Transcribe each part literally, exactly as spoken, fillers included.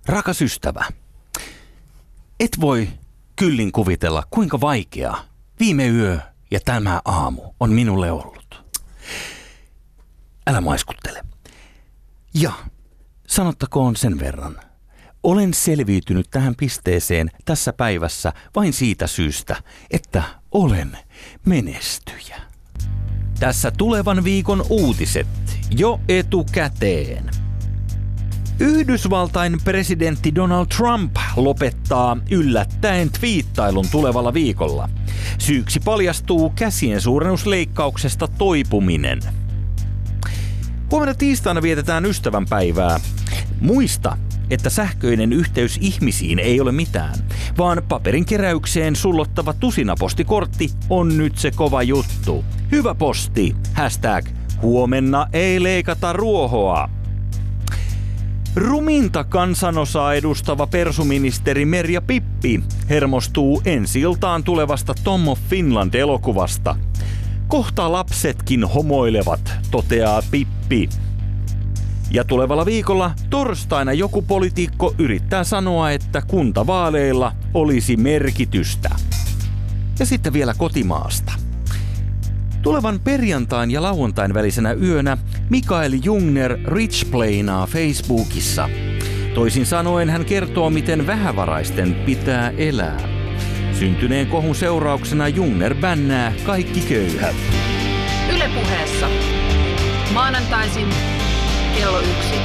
Rakas ystävä, et voi kyllin kuvitella, kuinka vaikea viime yö ja tämä aamu on minulle ollut. Älä maiskuttele. Ja sanottakoon sen verran. Olen selviytynyt tähän pisteeseen tässä päivässä vain siitä syystä, että olen menestyjä. Tässä tulevan viikon uutiset jo etukäteen. Yhdysvaltain presidentti Donald Trump lopettaa yllättäen twiittailun tulevalla viikolla. Syyksi paljastuu käsien suurennusleikkauksesta toipuminen. Huomenna tiistaina vietetään ystävänpäivää. Muista, että sähköinen yhteys ihmisiin ei ole mitään, vaan paperin keräykseen sullottava tusinapostikortti on nyt se kova juttu. Hyvä posti. Hashtag huomenna ei leikata ruohoa. Ruminta kansanosaa edustava persuministeri Merja Pippi hermostuu ensi-iltaan tulevasta Tom of Finland-elokuvasta. Kohta lapsetkin homoilevat, toteaa Pippi. Ja tulevalla viikolla torstaina joku poliitikko yrittää sanoa, että kuntavaaleilla olisi merkitystä. Ja sitten vielä kotimaasta. Tulevan perjantain ja lauantain välisenä yönä Mikael Jungner richplaynaa Facebookissa. Toisin sanoen hän kertoo, miten vähävaraisten pitää elää. Syntyneen kohun seurauksena Jungner bännää kaikki köyhät. Yle Puheessa. Maanantaisin kello yksi.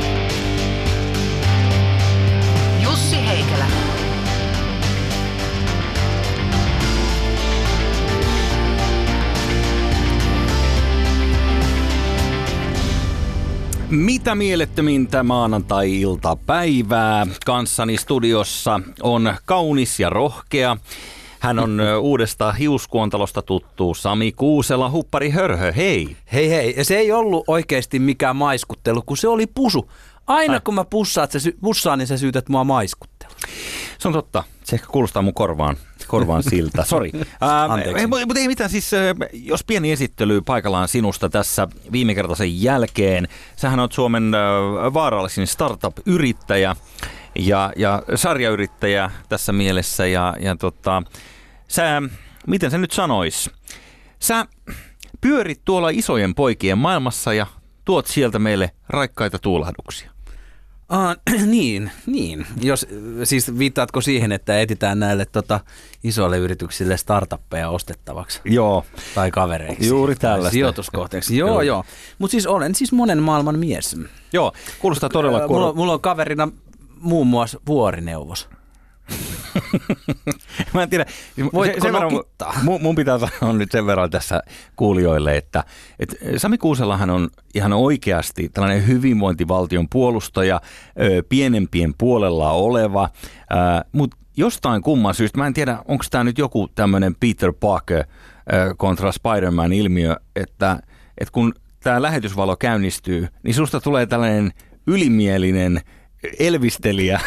Jussi Heikelä. Mitä mielettömintä maanantai-iltapäivää. Kanssani studiossa on kaunis ja rohkea. Hän on uudesta hiuskuontalosta tuttu Sami Kuusela, huppari hörhö, hei. Hei hei, ja se ei ollut oikeasti mikään maiskuttelu, kun se oli pusu. Aina Ai. kun mä pussaat, se, pussaan, niin sä syytät mua maiskuttelu. Se on totta, se ehkä kuulostaa mun korvaan, korvaan siltä, sori. Anteeksi. Mutta ei mitään, siis jos pieni esittely paikallaan sinusta tässä viimekertaisen jälkeen. Sähän oot Suomen vaarallisin startup-yrittäjä. Ja, ja sarjayrittäjä tässä mielessä ja, ja tota, sä, miten sä nyt sanois, sä pyörit tuolla isojen poikien maailmassa ja tuot sieltä meille raikkaita tuulahduksia. Ah, niin, niin. Jos, siis viittaatko siihen, että etsitään näille tota, isoille yrityksille startuppeja ostettavaksi? Joo. Tai kavereiksi. Juuri tällaista. Sijoituskohteeksi. Joo, joo. joo. Mutta siis olen siis monen maailman mies. Joo, kuulostaa todella äh, mulla, mulla on kaverina muun muassa vuorineuvos. Mä en tiedä. Voitko sen verran, mun, mun pitää sanoa nyt sen verran tässä kuulijoille, että, että Sami Kuuselahan on ihan oikeasti tällainen hyvinvointivaltion puolustaja, ö, pienempien puolella oleva, ö, mutta jostain kumman syystä, mä en tiedä, onko tämä nyt joku tämmöinen Peter Parker ö, kontra Spider-Man ilmiö, että, että kun tämä lähetysvalo käynnistyy, niin susta tulee tällainen ylimielinen elvistelijä.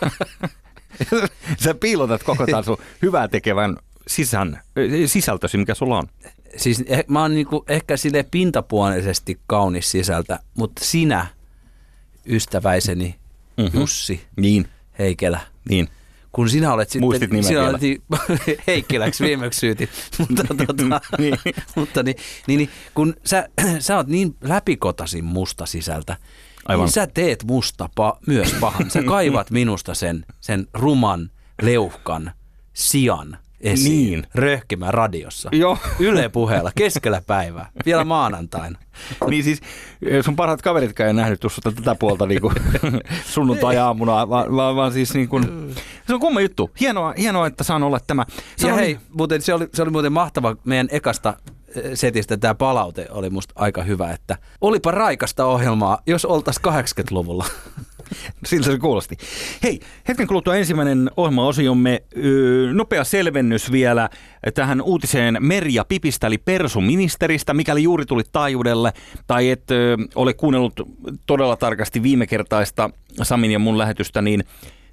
Sä piilotat koko tämän sun hyvää tekevän sisän, sisältösi, mikä sulla on. Siis eh, mä oon niinku ehkä sille pintapuolisesti kaunis sisältä, mutta sinä, ystäväiseni mm-hmm. Jussi niin. Heikelä, niin. kun sinä olet sitten... Muistit nimen sinä vielä. Olet Heikkiläksi viimeksi syytin, mutta, tota, niin. mutta niin, niin, niin, kun sä, sä oot niin läpikotasin musta sisältä, Aivan. niin sä teet musta pa- myös pahan. Sä kaivat minusta sen, sen ruman, leuhkan, sian esiin, niin. röhkimään radiossa. Joo. Yle Puheella, keskellä päivää, vielä maanantaina. Niin siis sun parhaat kaveritkaan ei nähnyt tuossa tätä puolta niin sunnuntai-aamuna, vaan, vaan, vaan siis niin kuin, se on kumma juttu. Hienoa, hienoa, että saan olla tämä. Sano ja hei, muuten, se, oli, se oli muuten mahtava meidän ekasta setistä. Tämä palaute oli musta aika hyvä, että olipa raikasta ohjelmaa, jos oltaisiin kahdeksankymmentäluvulla. Siltä se kuulosti. Hei, hetken kuluttua ensimmäinen ohjelmaosiomme. Nopea selvennys vielä tähän uutiseen Merja Pipistä, eli persuministeristä, mikäli juuri tuli taajuudelle, tai et ö, ole kuunnellut todella tarkasti viimekertaista Samin ja mun lähetystä, niin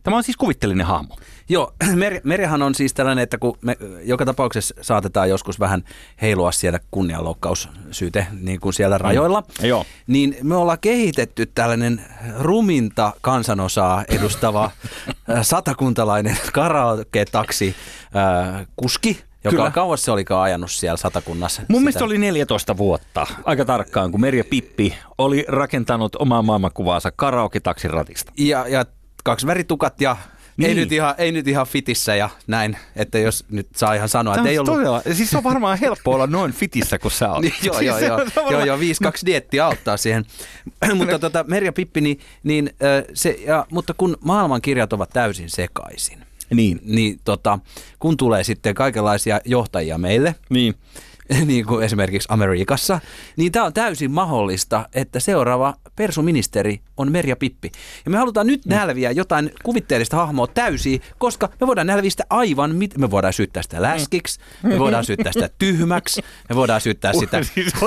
Tämä on siis kuvitteellinen hahmo. Joo, Mer- Merjahan on siis tällainen, että kun me joka tapauksessa saatetaan joskus vähän heilua siellä kunnianloukkaussyyte niin kuin siellä rajoilla, mm. Joo. niin me ollaan kehitetty tällainen ruminta kansanosaa edustava satakuntalainen karaoke-taksi äh, kuski, joka Kyllä. kauas se olikaan ajanut siellä Satakunnassa. Mun sitä. mielestä oli neljätoista vuotta, aika tarkkaan, kun Merja Pippi oli rakentanut omaa maailmankuvaansa karaoke-taksin ratista. Ja, ja kaksi väritukat ja niin. ei, nyt ihan, ei nyt ihan fitissä ja näin, että jos nyt saa ihan sanoa, Tämä että ei ollut... Todella, siis on varmaan helppo olla noin fitissä kuin sä oot. niin, joo, joo, siis joo, varmaan... joo, joo, viisi kaksi dieetti auttaa siihen. mutta tota, Merja Pippi, niin, niin, se, ja, mutta kun maailmankirjat ovat täysin sekaisin, niin, niin tota, kun tulee sitten kaikenlaisia johtajia meille, niin. niin kuin esimerkiksi Amerikassa, niin tämä on täysin mahdollista, että seuraava persuministeri on Merja Pippi. Ja me halutaan nyt nälviä jotain kuvitteellista hahmoa täysin, koska me voidaan nälviä sitä aivan, mit- me voidaan syyttää sitä läskiksi, me voidaan syyttää sitä tyhmäksi, me voidaan syyttää sitä...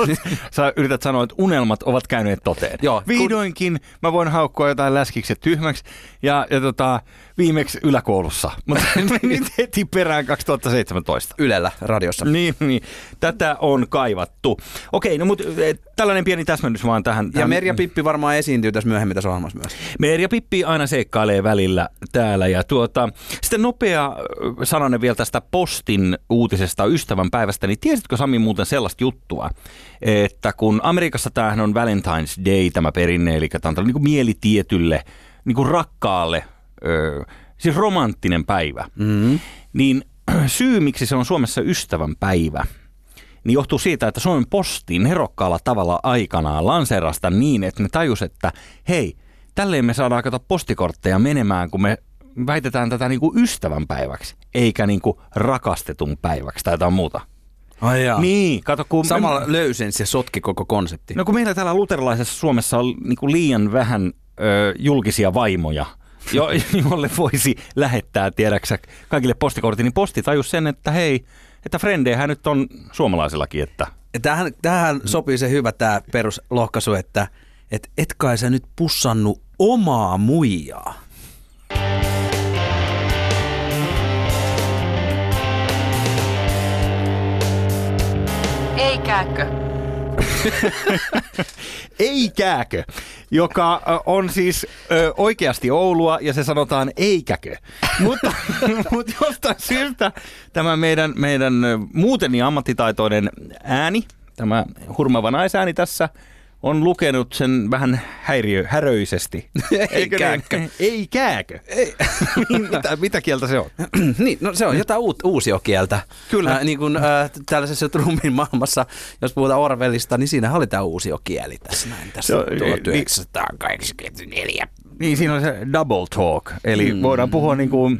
Sä yrität sanoa, että unelmat ovat käyneet toteen. Joo, Vihdoinkin mä voin haukkua jotain läskiksi ja tyhmäksi ja, ja tota, viimeksi yläkoulussa, mutta nyt heti perään kaksituhattaseitsemäntoista. Ylellä radiossa. Niin, niin. Tätä on kaivattu. Okei, no mutta tällainen pieni täsmennys vaan tähän. tähän. Ja Merja Pippi varmaan esiintyy tässä myöhemmin tässä ohjelmassa myös. Merja Pippi aina seikkailee välillä täällä. Ja tuota, sitten nopea sananen vielä tästä Postin uutisesta ystävän päivästä. Niin tiesitkö Sami muuten sellaista juttua, että kun Amerikassa tämähän on Valentine's Day tämä perinne, eli tämä on tällainen niin kuin mielitietylle, niin kuin rakkaalle, ö, siis romanttinen päivä, Mm-hmm. niin syy, miksi se on Suomessa ystävän päivä, niin johtuu siitä, että Suomen Posti nerokkaalla tavalla aikanaan lanseerasta niin, että ne tajus, että hei, tälleen me saadaan kato postikortteja menemään, kun me väitetään tätä niin kuin ystävän päiväksi, eikä niin kuin rakastetun päiväksi tai jotain muuta. Ai jaa. Niin, kato kun... Samalla löysensi ja sotki koko konsepti. No kun meillä täällä luterilaisessa Suomessa on niin kuin liian vähän ö, julkisia vaimoja, jo, jolle voisi lähettää, tiedäksä, kaikille postikortin, niin Posti tajus sen, että hei, että frendejähän nyt on suomalaisillakin, että... Tähän, tähän sopii se hyvä tämä peruslohkaisu, että et, et kai sä nyt pussannut omaa muijaa. Eikäkö? Eikäkö, joka on siis ö, oikeasti Oulua ja se sanotaan eikäkö. Mutta, mutta jostain syystä tämä meidän, meidän muuten niin ammattitaitoinen ääni, tämä hurmaava naisääni tässä, on lukenut sen vähän häiriö, häröisesti. Eikäkö? Eikäkö? Ei. mitä, mitä kieltä se on? niin, no se on jotain uut, uusiokieltä. Kyllä. Äh, niin kuin äh, tällaisessa trummin maailmassa, jos puhutaan Orwellista, niin siinähän oli tämä uusiokieli tässä näin. Tässä Se on- tuhatyhdeksänsataakahdeksankymmentäneljä. Niin, siinä on se double talk, eli mm. voidaan puhua niin kuin,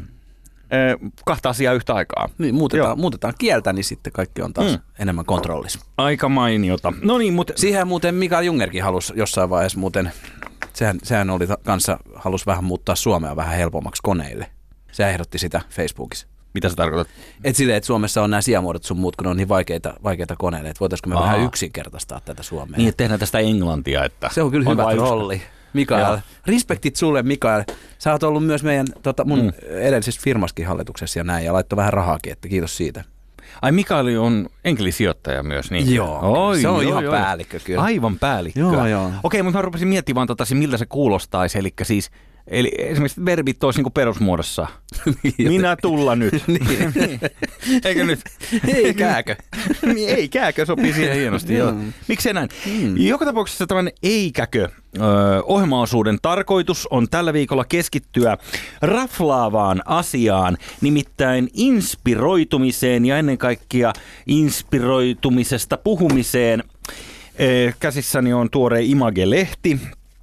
äh, kahta asiaa yhtä aikaa. Niin, muutetaan, Joo. muutetaan kieltä, niin sitten kaikki on taas Mm. enemmän kontrollissa. Aika mainiota. No niin, mutta... Siihen muuten Mikael Jungerkin halusi jossain vaiheessa muuten, sehän, sehän oli ta- kanssa, halusi vähän muuttaa Suomea vähän helpommaksi koneille. Se ehdotti sitä Facebookissa. Mitä sä tarkoitat? Et silleen, että Suomessa on nämä sijamuodot sun muut, kun ne on niin vaikeita, vaikeita koneille, että voitaisiinko me Aa. vähän yksinkertaistaa tätä Suomea. Niin, että tehdään tästä englantia, että... Se on kyllä hyvä vaan trolli. Mikael, Joo. respektit sulle Mikael. Sä oot ollut myös meidän tota, mun Mm. mm. edellisessä firmaskin hallituksessa ja näin, ja laittoi vähän rahaakin, että kiitos siitä. Ai Mikael on enkelisijoittaja myös, niin? Joo, Oi, se on joo, ihan joo. päällikkö kyllä. Aivan päällikkö. Joo, joo. Okei, mutta mä rupesin miettimään, tota, miltä se kuulostaisi, eli siis... Eli esimerkiksi verbit olisi niin perusmuodossa. Minä tulla nyt. Niin. Eikö nyt? Ei kääkö. Niin, ei kääkö sopii siihen hienosti. Joo. Miksei näin? Mm. Joka tapauksessa tämän eikäkö ö, ohjelmaosuuden tarkoitus on tällä viikolla keskittyä raflaavaan asiaan, nimittäin inspiroitumiseen ja ennen kaikkea inspiroitumisesta puhumiseen. E, käsissäni on tuore Image-lehti.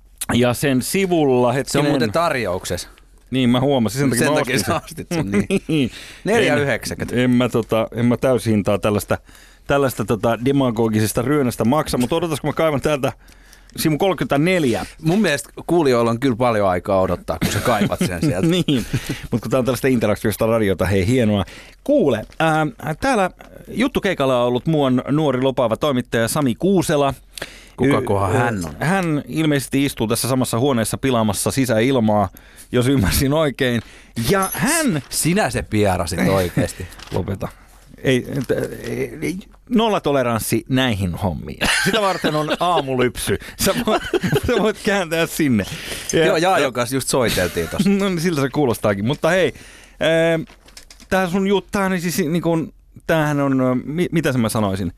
Ja sen sivulla, hetkinen... Se on muuten tarjouksessa. Niin, mä huomasin. Sen takia Sen mä takia ostin sä ostit sen, niin. Neljä En- yhdeksänkymmentä. En mä, tota, en mä täyshintaa tällaista, tällaista tota demagogisesta ryönästä maksa, mutta odotas, kun mä kaivan täältä sivu kolmekymmentäneljä. Mun mielestä kuulijoilla on kyllä paljon aikaa odottaa, kun sä kaipat sen sieltä. Niin, mutta kun tää on tällaista interaktiivista radiota, hei hienoa. Kuule, ää, täällä juttukeikalla on ollut muun nuori lupaava toimittaja Sami Kuusela. Kukakohan hän on? Hän ilmeisesti istuu tässä samassa huoneessa pilaamassa sisäilmaa, jos ymmärsin oikein. Ja hän... Sinä se pierasit oikeasti. Lopeta. Ei, ei, ei, nollatoleranssi näihin hommiin. Sitä varten on aamulypsy. Sä voit, sä voit kääntää sinne. Ja, Joo, Jaajon kanssa just soiteltiin tossa. No niin, siltä se kuulostaakin. Mutta hei, äh, tää sun juttu, tää on siis niin kuin, tämähän on, mi, mitä mä sanoisin?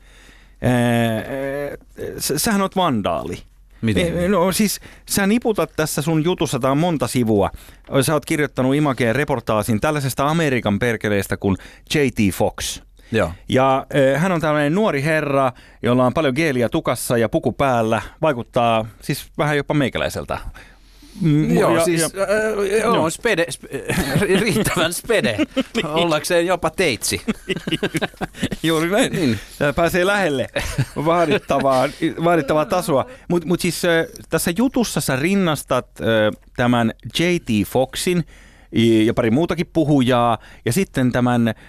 Äh, sähän oot vandaali. Miten? No siis sä niputat tässä sun jutussa, tää on monta sivua. Sä oot kirjoittanut Imageen reportaasin tällaisesta Amerikan perkeleestä kuin J T Fox. Joo. Ja äh, hän on tällainen nuori herra, jolla on paljon geeliä tukassa ja puku päällä. Vaikuttaa siis vähän jopa meikäläiseltä. Mm, joo, ja, siis ja, äh, joo, no. spede, spe, riittävän spede, ollakseen jopa teitsi. Juuri näin. Niin. Pääsee lähelle vaadittavaa, vaadittavaa tasoa. Mutta mut siis äh, tässä jutussa sä rinnastat äh, tämän J T Foxin ja pari muutakin puhujaa ja sitten tämän... Äh,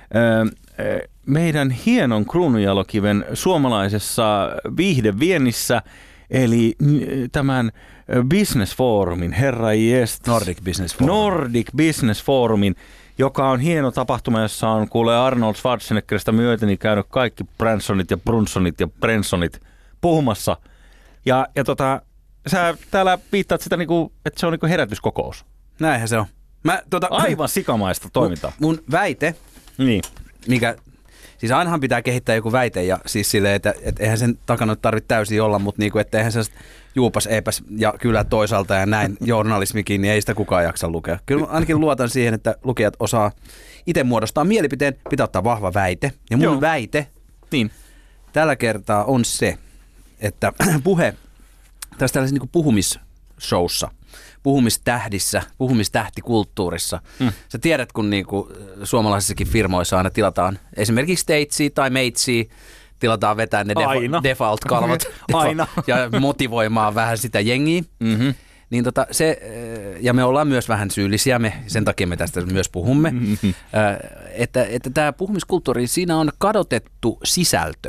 meidän hienon kruununjalokiven suomalaisessa viihdeviennissä, eli tämän Business Forumin, herra jest. Nordic Business Forum. Nordic Business Forumin, joka on hieno tapahtuma, jossa on kuulee Arnold Schwarzeneggeristä myöten käynyt kaikki Bransonit ja Brunsonit ja Brensonit puhumassa. Ja, ja tota, sä täällä viittaat sitä, niinku, että se on niinku herätyskokous. Näinhän se on. Mä, tota, Aivan sikamaista toimintaa. Mun, mun väite, niin. mikä, siis ainahan pitää kehittää joku väite ja siis silleen, että, että eihän sen takana tarvitse täysin olla, mutta niinku, että eihän se juupas, eipäs ja kyllä toisaalta ja näin journalismikin, niin ei sitä kukaan jaksa lukea. Kyllä ainakin luotan siihen, että lukijat osaa itse muodostaa mielipiteen, pitää ottaa vahva väite. Ja mun Joo. väite niin. tällä kertaa on se, että puhe tässä tällaisessa niin kuin puhumisshowssa, puhumistähdissä, puhumistähtikulttuurissa. Mm. Sä tiedät, kun niinku suomalaisissakin firmoissa aina tilataan esimerkiksi stagea tai meitsia, tilataan vetää ne defa- default-kalvot aina. ja motivoimaan vähän sitä jengiä. Mm-hmm. Niin tota, se, ja me ollaan myös vähän syyllisiä, me, sen takia me tästä myös puhumme, mm-hmm. että, että tämä puhumiskulttuuri, siinä on kadotettu sisältö.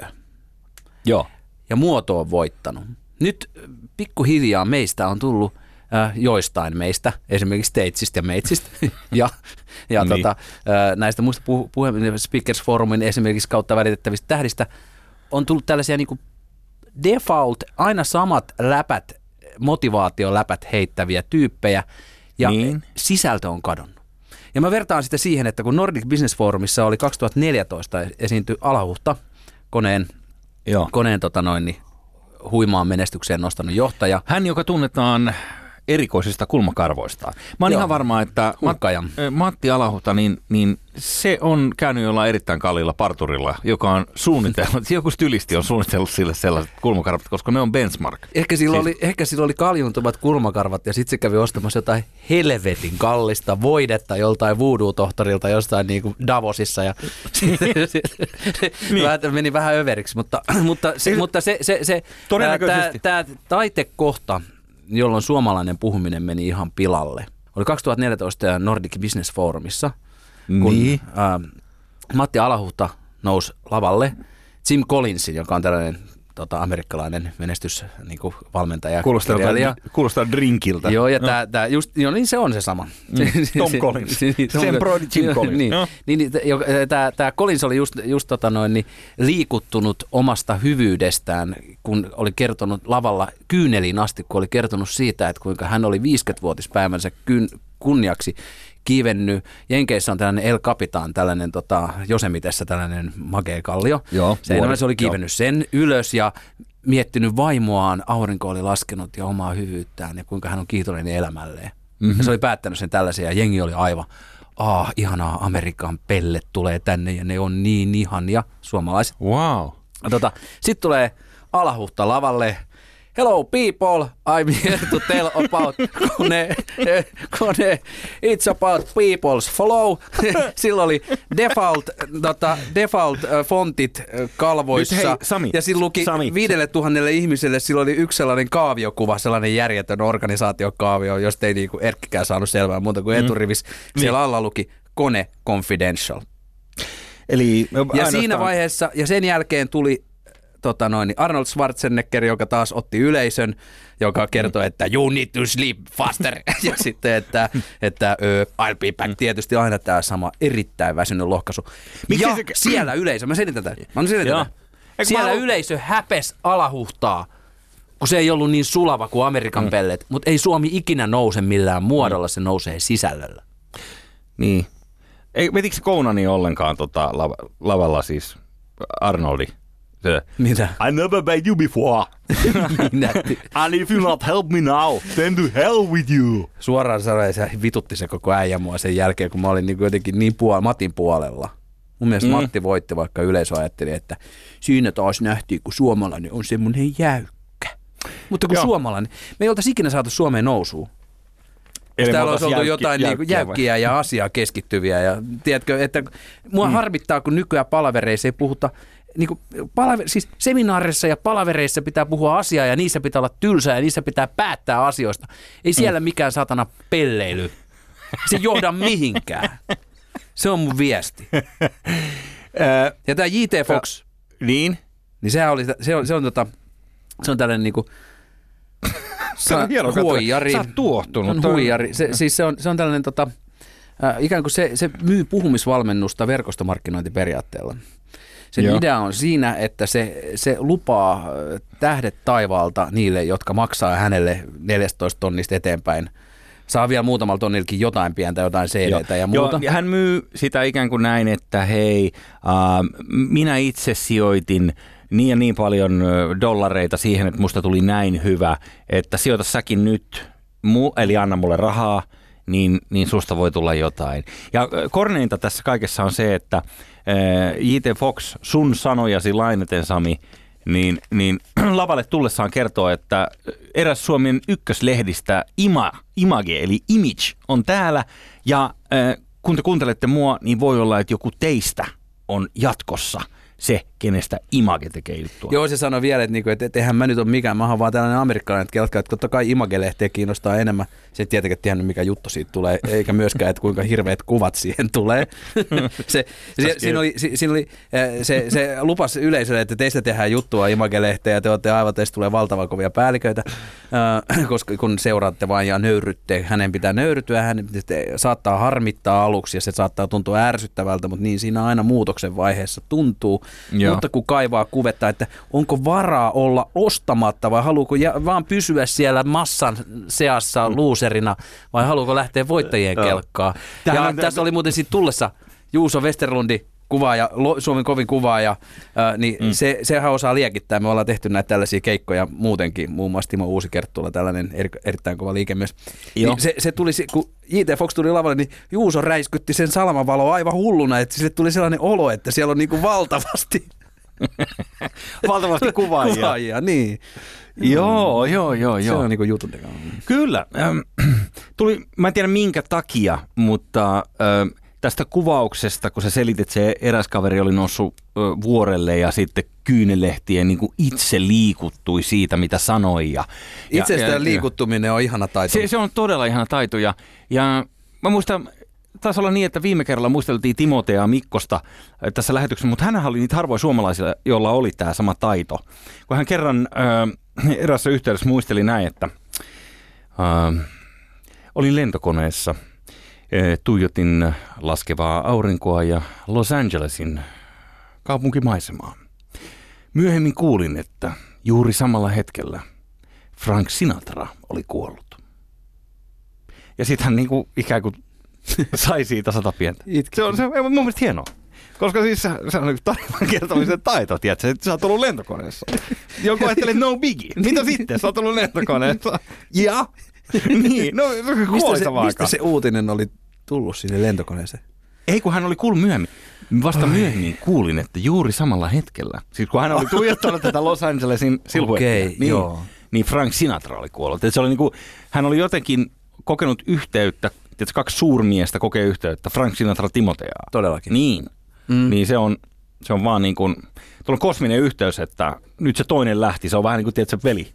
Joo. Ja muoto on voittanut. Nyt pikkuhiljaa meistä on tullut Äh, joistain meistä, esimerkiksi Teitsistä ja Meitsistä ja, ja niin. tota, äh, näistä muista puh- puhe- Speakers Forumin esimerkiksi kautta välitettävistä tähdistä on tullut tällaisia niin kuin default, aina samat läpät, motivaatioläpät heittäviä tyyppejä ja niin. sisältö on kadonnut. Ja mä vertaan sitä siihen, että kun Nordic Business Forumissa oli kaksituhattaneljätoista esiintyi Alahuhta, koneen, Joo. koneen tota noin, niin, huimaan menestykseen nostanut johtaja. Hän, joka tunnetaan erikoisista kulmakarvoistaan. Mä oon Joo. ihan varma, että Mat- Matti Alahuhta, niin, niin se on käynyt jollain erittäin kalliilla parturilla, joka on suunnitellut, joku stylisti on suunnitellut sille sellaiset kulmakarvat, koska ne on benchmark. Ehkä sillä, siis... oli, ehkä sillä oli kaljuntuvat kulmakarvat ja sitten se kävi ostamassa jotain helvetin kallista voidetta joltain voodoo-tohtorilta jostain niin kuin Davosissa ja niin. meni vähän överiksi, mutta, mutta se, mutta se, se, se tämä taitekohta, jolloin suomalainen puhuminen meni ihan pilalle, oli kaksituhattaneljätoista Nordic Business Forumissa, kun niin. ä, Matti Alahuhta nousi lavalle Jim Collinsin, joka on tällainen tota, amerikkalainen menestysvalmentaja. Kuulostaa, kuulostaa drinkiltä. Joo, ja no. tää, tää just, jo, niin se on se sama. Mm. Tom Collins. Sen brodi Jim Collins. niin, no. niin, niin, tämä, tämä Collins oli just, just tota noin, niin, liikuttunut omasta hyvyydestään, kun oli kertonut lavalla kyyneliin asti, kun oli kertonut siitä, että kuinka hän oli viisikymmenvuotispäivänsä kyn, kunniaksi kiivennyt. Jenkeissä on tällainen El Capitan, tällainen tota, Josemitessä tällainen magea kallio. Joo, se, se oli kiivennyt jo. sen ylös ja miettinyt vaimoaan, aurinko oli laskenut ja omaa hyvyyttään ja kuinka hän on kiitollinen elämälleen. Mm-hmm. Ja se oli päättänyt sen tällaisen ja jengi oli aivan, ah, ihanaa, Amerikan pellet tulee tänne ja ne on niin ihania suomalaiset. Wow. Tota, sitten tulee Alahuhta lavalle. hello people, I'm here to tell about kone, kone it's about people's flow. Sillä oli default, tota, default fontit kalvoissa. Nyt hei, Sami, ja sillä luki Sami. viidelle tuhannelle ihmiselle, sillä oli yksi sellainen kaaviokuva, sellainen järjetön organisaatiokaavio, josta ei niinku Erkkikään saanut selvää muuta kuin eturivis. Mm. Siellä alla luki kone confidential. Eli ja ainoastaan... siinä vaiheessa, ja sen jälkeen tuli tota noin, Arnold Schwarzenegger, joka taas otti yleisön, joka kertoi, että you need to sleep faster. Ja sitten, että, että uh, I'll be back. Tietysti aina tämä sama erittäin väsynyt lohkaisu. Miksi ja se... siellä yleisö, mä selitän tätä. Mä selitän tätä. Siellä mä... yleisö häpes alahuhtaa, kun se ei ollut niin sulava kuin Amerikan mm. pellet, mutta ei Suomi ikinä nouse millään muodolla, se nousee sisällöllä. Niin. Ei, vetikö se Counani ollenkaan tota, lav- lavalla siis Arnoldi? Se, mitä? I never met you before. And if you not help me now, then to hell with you. Suoraan sanoen se vitutti se koko äijä mua sen jälkeen, kun mä olin niin jotenkin niin puol- Matin puolella. Mun mielestä mm. Matti voitti, vaikka yleisö ajatteli, että siinä taas nähtiin, kun suomalainen on semmoinen jäykkä. Mutta kun Joo. suomalainen, me ei oltaisi ikinä saatu Suomeen nousuun. Eli täällä olisi oltu jotain jäykkiä, niin jäykkiä ja asiaa keskittyviä. Ja, tiedätkö, että mua mm. harmittaa, kun nykyään palavereissa ei puhuta, niin kuin palaver, siis seminaareissa ja palavereissa pitää puhua asiaa ja niissä pitää olla tylsää ja niissä pitää päättää asioista. Ei siellä mm. mikään satana pelleily. Se johda mihinkään. Se on mun viesti. Ja tämä J T Fox, niin? Niin sehän oli, se on, se on, tota, se on tällainen niinku Sa- hieno, huijari. Sä oot tuohtunut. On huijari. Se, siis se on, se on tällainen, tota, äh, ikään kuin se, se myy puhumisvalmennusta verkostomarkkinointiperiaatteella. Sen Joo. idea on siinä, että se, se lupaa tähdet taivaalta niille, jotka maksaa hänelle neljätoista tonnista eteenpäin. Saa vielä muutamalla tonnilkin jotain pientä, jotain C D:tä ja muuta. Joo, hän myy sitä ikään kuin näin, että hei, äh, minä itse sijoitin niin ja niin paljon dollareita siihen, että musta tuli näin hyvä, että sijoita säkin nyt, eli anna mulle rahaa, niin, niin susta voi tulla jotain. Ja korneinta tässä kaikessa on se, että J T Fox, sun sanojasi lainaten, Sami, niin, niin lavalle tullessaan kertoo, että eräs Suomen ykköslehdistä Ima, Image, eli Image, on täällä, ja kun te kuuntelette mua, niin voi olla, että joku teistä on jatkossa se, kenestä Image tekee juttua. Joo, se sanoi vielä, että, niinku, että, että eihän mä nyt ole mikään, mä oon vaan tällainen amerikkalainen, että kelkkaa, että totta kai Image-lehteä kiinnostaa enemmän. Se ei tietenkään tiennyt, mikä juttu siitä tulee, eikä myöskään, että kuinka hirveät kuvat siihen tulee. se, se, siinä oli, siinä oli, se, se lupasi yleisölle, että teistä tehdään juttua Image-lehteä ja te olette aivan, teistä tulee valtavan kovia päälliköitä, koska kun seuraatte vain ja nöyrytte, hänen pitää nöyrytyä, hän saattaa harmittaa aluksi ja se saattaa tuntua ärsyttävältä, mutta niin siinä aina muutoksen vaiheessa tuntuu. Joo. Mutta kun kaivaa kuvetta, että onko varaa olla ostamatta vai haluuko vaan pysyä siellä massan seassa luuserina vai haluuko lähteä voittajien kelkkaan. Ja on, tässä oli muuten sitten tullessa Juuso Westerlundi, kuvaaja, Suomen kovin kuvaaja, ää, niin mm. se, sehän osaa liekittää. Me ollaan tehty näitä tällaisia keikkoja muutenkin, muun muassa Timo Uusikerttula, tällainen eri, erittäin kova liikemies. Niin se, se tuli, kun J T Fox tuli lavalle, niin Juuso räiskytti sen salamavaloa aivan hulluna, että sille tuli sellainen olo, että siellä on niinku valtavasti valtavasti kuvaajia. kuvaajia, niin. Joo, joo, joo, joo. Se on niinku jutun tekemä. Kyllä. Ähm, tuli, mä en tiedä minkä takia, mutta ähm, tästä kuvauksesta, kun sä selitit, että se eräs kaveri oli noussut ö, vuorelle ja sitten kyynelehtien niin kuin itse liikuttui siitä, mitä sanoi. Ja, Itsestään ja, liikuttuminen on ihana taito. Se, se on todella ihana taito. Ja, ja mä muistan, taisi olla niin, että viime kerralla muisteltiin Timotea Mikkosta tässä lähetyksessä, mutta hänhän oli niitä harvoja suomalaisia, joilla oli tämä sama taito. Kun hän kerran ö, erässä yhteydessä muisteli näin, että ö, olin lentokoneessa. Tuijotin laskevaa aurinkoa ja Los Angelesin kaupunkimaisemaa. Myöhemmin kuulin, että juuri samalla hetkellä Frank Sinatra oli kuollut. Ja sitten hän niinku ikään kuin sai siitä sata pientä. Se on, se on mun mielestä hienoa. Koska siis se on tarinan kertomisen taito, tiedätkö, että sä oot ollut lentokoneessa. Joku ajattelee, no biggie. Mitä sitten? Sä oot ollut lentokoneessa. Ja? Niin, no mistä se, mistä se uutinen oli tullut sinne lentokoneeseen? Ei, kun hän oli kuullut myöhemmin. Vasta Oi. myöhemmin kuulin, että juuri samalla hetkellä, siis kun hän oli tuijottanut tätä Los Angelesin silhuettia, okay, niin, joo. niin Frank Sinatra oli kuollut. Et se oli niinku, hän oli jotenkin kokenut yhteyttä, että kaksi suurmiestä kokee yhteyttä, Frank Sinatra Timoteaa. Todellakin. Niin, mm. niin se on, se on vaan niin kuin, tuolla on kosminen yhteys, että nyt se toinen lähti, se on vähän niin kuin, tiedätkö, veli.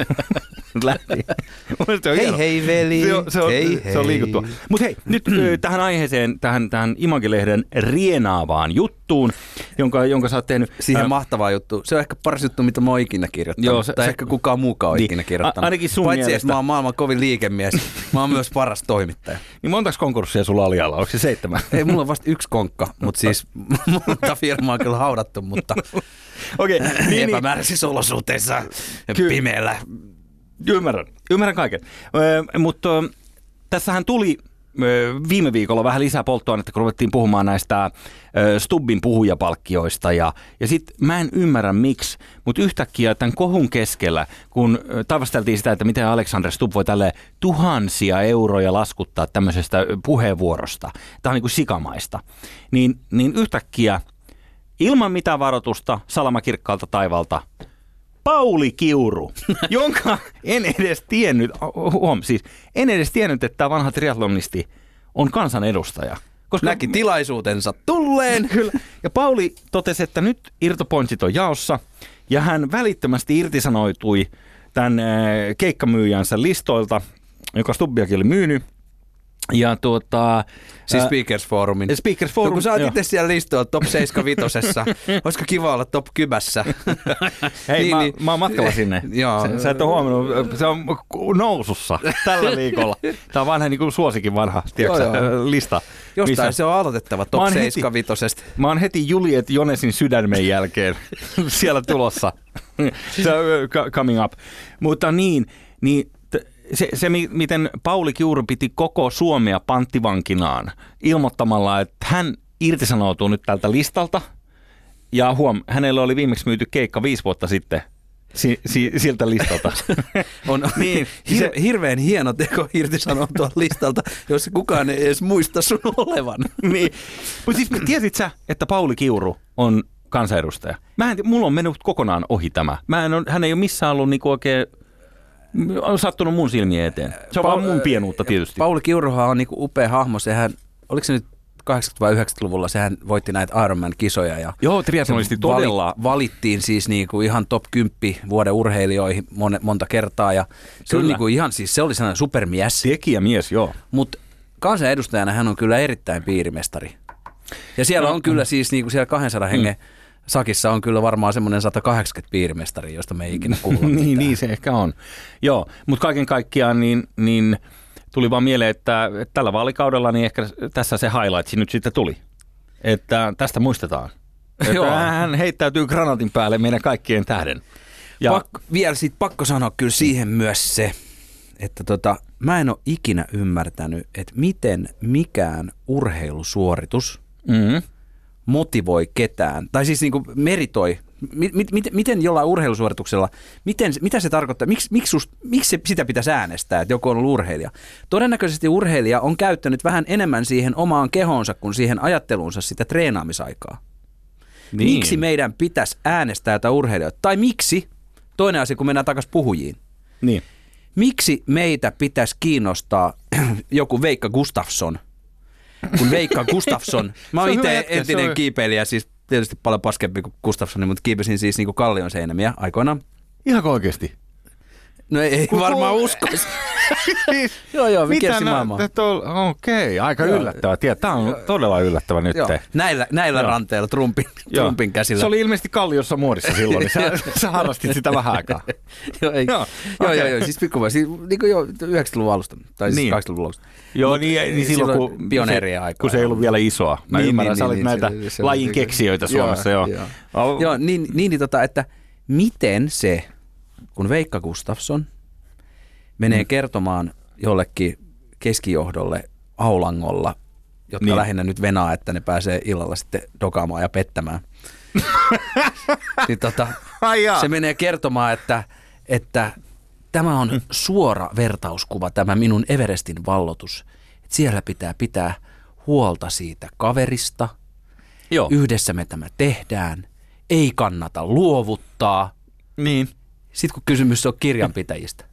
lähti. hei hieno. Hei veli, se on, se on, hei se on liikuttua. Mutta hei, nyt tähän aiheeseen, tähän, tähän Image-lehden rienaavaan juttuun, jonka, jonka sä oot tehnyt. Siihen äh, mahtavaa juttu. Se on ehkä paras juttu, mitä mä oon ikinä kirjoittanut. Joo, se, tai se, ehkä kukaan muukaan on niin, ikinä kirjoittanut. Ainakin sun Paitsi, mielestä. että mä oon maailman kovin liikemies. Mä oon myös paras toimittaja. Niin montaks konkurssia sulla oli alla? Onko se seitsemän? Ei, mulla on vasta yksi konkka, mutta siis monta firmaa on kyllä haudattu, mutta okay, niin, epämääräisissä olosuhteissa pimeällä. Ymmärrän, ymmärrän kaiken. Ö, mutta tässähän tuli ö, viime viikolla vähän lisää polttoainetta, kun ruvettiin puhumaan näistä ö, Stubbin puhujapalkkioista. Ja, ja sitten mä en ymmärrä miksi, mutta yhtäkkiä tämän kohun keskellä, kun taivasteltiin sitä, että miten Alexander Stubb voi tälle tuhansia euroja laskuttaa tämmöisestä puheenvuorosta, tämä on niin kuin sikamaista, niin, niin yhtäkkiä ilman mitään varoitusta salamakirkkaalta taivalta Pauli Kiuru, jonka en edes tiennyt, huom, siis en edes tiennyt, että tämä vanha triathlonisti on kansanedustaja. Koska näki tilaisuutensa tulleen. Kyllä. Ja Pauli totesi, että nyt irtopointsit on jaossa, ja hän välittömästi irtisanoitui tämän keikkamyyjänsä listoilta, joka Stubbiakin oli myynyt. Ja tuota... Siis Speakers Forumin. Speakers Forum. No kun sä oot itse siellä listoilla top seitsemänkymmentäviisi, olisiko kiva olla top kymässä? Hei, niin, mä, niin, mä oon matkalla sinne. Sä, sä et ole huomannut, se on nousussa tällä viikolla. Tää on vanha niin kuin suosikin vanha, tiedätkö, lista. Jostain missä... se on aloitettava top seitsemänkymmentäviisi. Mä oon heti Juliet Jonesin sydämen jälkeen siellä tulossa. Se on coming up. Mutta niin, niin Se, se, miten Pauli Kiuru piti koko Suomea panttivankinaan ilmoittamalla, että hän irtisanoutuu nyt tältä listalta. Ja huom, hänellä oli viimeksi myyty keikka viisi vuotta sitten si, si, siltä listalta. On niin, hir, se, hirveän hieno teko irtisanoutua listalta, jos kukaan ei edes muista sun olevan. Niin. Mutta siis tiesit sä, että Pauli Kiuru on kansanedustaja? Mä en, mulla on mennyt kokonaan ohi tämä. Mä en ole, hän ei ole missään ollut niinku oikein... On sattunut mun silmien eteen. Se on pa- vaan mun pienuutta tietysti. Pauli Kiuruhan on niinku upea hahmo. Sehän, oliko se nyt kahdeksankymmentä- vai yhdeksänkymmentäluvulla, sehän voitti näitä Ironman-kisoja. Ja joo, triathlonisti todella. Vali, valittiin siis niinku ihan top kymmenen vuoden urheilijoihin mon, monta kertaa. Ja se oli niinku ihan, siis se oli sellainen supermies. Tekijämies, joo. Mutta kansanedustajana hän on kyllä erittäin piirimestari. Ja siellä no, on kyllä siis niinku siellä kahdensadan hengen mm. sakissa on kyllä varmaan semmoinen sata kahdeksankymmentä piirimestaria, josta me ei ikinä kuulla niin, niin se ehkä on. Joo, mutta kaiken kaikkiaan niin, niin tuli vaan mieleen, että, että tällä vaalikaudella niin ehkä tässä se highlights nyt sitten tuli. Että tästä muistetaan. Että hän heittäytyy granaatin päälle meidän kaikkien tähden. Ja Pak- vielä siitä pakko sanoa kyllä siihen myös se, että tota, mä en ole ikinä ymmärtänyt, että miten mikään urheilusuoritus mm-hmm. motivoi ketään, tai siis niin kuin meritoi, mit, mit, mit, miten jollain urheilusuorituksella, miten, mitä se tarkoittaa, miksi, miksi, sust, miksi sitä pitäisi äänestää, että joku on ollut urheilija? Todennäköisesti urheilija on käyttänyt vähän enemmän siihen omaan kehoonsa kuin siihen ajatteluunsa sitä treenaamisaikaa. Niin. Miksi meidän pitäisi äänestää jotain urheilijoita? Tai miksi, toinen asia kun mennään takaisin puhujiin, niin. Miksi meitä pitäisi kiinnostaa joku Veikka Gustafsson, kun Veikka Gustafsson, mä oon itse entinen on... kiipeilijä, siis tietysti paljon paskempi kuin Gustafsson, mutta kiipesin siis niinku kallion seinämiä aikoinaan. Ihan oikeasti? No ei, ei varmaan uskoisi. joo, joo, me kiersi maailmaa. Okei, okay, aika joo. yllättävä. Tiedä, tämä on todella yllättävä nyt. Joo. Näillä, näillä ranteilla, trumpin, trumpin käsillä. Se oli ilmeisesti kalliossa muodissa silloin, niin sä, sä harrastit sitä vähän aikaa. joo, ei, joo, okay. joo, joo, siis pikkuva, siis niin kuin jo yhdeksänkymmentäluvun alusta, tai siis niin. kahdeksankymmentäluvun alusta. Joo, Mut, niin, niin silloin, kun, pioneerien aikaa. Kun se ei ollut vielä isoa. Mä niin, ymmärrän, niin, sä olit niin, näitä se, se lajin se, keksijöitä Suomessa. Joo, joo. joo. joo niin, niin tota, että miten se, kun Veikka Gustafsson menee mm. kertomaan jollekin keskijohdolle Aulangolla, jotka niin. lähinnä nyt venaa, että ne pääsee illalla sitten dokaamaan ja pettämään. niin tota, se menee kertomaan, että, että tämä on suora vertauskuva, tämä minun Everestin vallotus. Että siellä pitää pitää huolta siitä kaverista. Joo. Yhdessä me tämä tehdään. Ei kannata luovuttaa. Niin. Sitten kun kysymys on kirjanpitäjistä.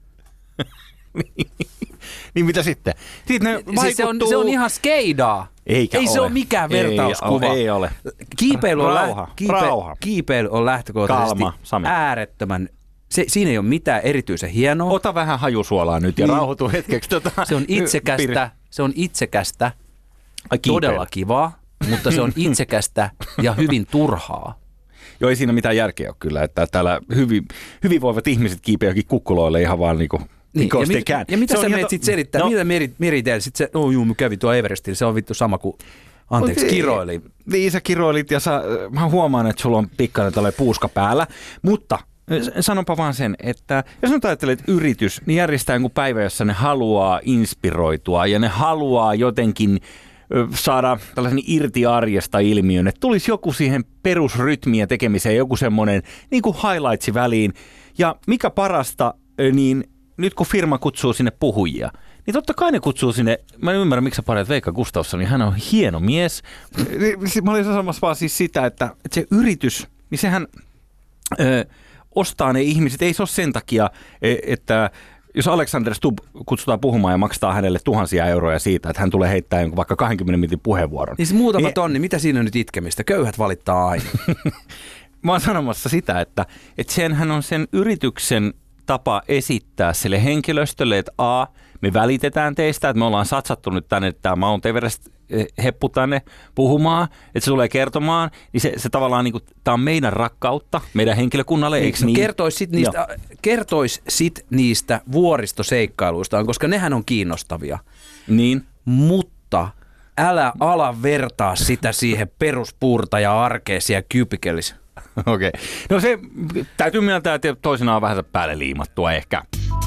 Niin mitä sitten? Sitten ne vaikuttuu... Siis se, on, se on ihan skeidaa. Eikä ei ole. se ole mikään vertauskuva. Ei, ei ole. Kiipeily on, rauha, lä- kiipe- rauha. kiipeily on lähtökohtaisesti Kalma, Sami. äärettömän. Se, siinä ei ole mitään erityisen hienoa. Ota vähän hajusuolaa nyt ja Niin. rauhoitu hetkeksi. Tota, Se on itsekästä, se on itsekästä, Ai, todella kivaa, mutta se on itsekästä ja hyvin turhaa. Joo, ei siinä mitään järkeä ole kyllä, että täällä hyvin, hyvinvoivat ihmiset kiipeä johonkin kukkuloille ihan vaan niinku... Niin, ja, mit, ja mitä se sä on menet ihan... sitten selittää? No. Mitä meri, meriteillä sitten se, no juu, mä kävin tuo Everestillä, se on vittu sama kuin, anteeksi, kiroili. Niin, sä kiroilit ja sä, mä huomaan, että sulla on pikkainen tällainen puuska päällä, mutta sanonpa vaan sen, että jos nyt ajattelet yritys, niin järjestää jonkun päivä, jossa ne haluaa inspiroitua ja ne haluaa jotenkin saada tällaisen irti arjesta ilmiön, että tulisi joku siihen perusrytmiä tekemiseen, joku semmoinen niin kuin highlightsi väliin. Ja mikä parasta, niin nyt kun firma kutsuu sinne puhujia, niin totta kai ne kutsuu sinne, mä en ymmärrä, miksi sä parat Veikka Gustafsson, niin hän on hieno mies. Mä olin sanomassa vaan siis sitä, että, että se yritys, niin sehän ö, ostaa ne ihmiset, ei se ole sen takia, että jos Alexander Stubb kutsutaan puhumaan ja maksaa hänelle tuhansia euroja siitä, että hän tulee heittää jonkun vaikka kaksikymmentä minuutin puheenvuoron. Niin se muutama niin, tonni, mitä siinä on nyt itkemistä? Köyhät valittaa aina. Mä oon sanomassa sitä, että, että senhän on sen yrityksen tapa esittää sille henkilöstölle, että a, me välitetään teistä, että me ollaan satsattu nyt tänne, että tämä Mount Everest heppu tänne puhumaan, että se tulee kertomaan, niin se, se tavallaan niin kuin, tämä on meidän rakkautta, meidän henkilökunnalle, eikö no, niin? Kertois sit niistä, kertois sit niistä vuoristoseikkailuistaan, koska nehän on kiinnostavia. Niin. Mutta älä ala vertaa sitä siihen peruspuurtaja-arkeesi ja cubicles. Okei. Okay. No se täytyy myöntää, että toisinaan on vähän päälle liimattua ehkä.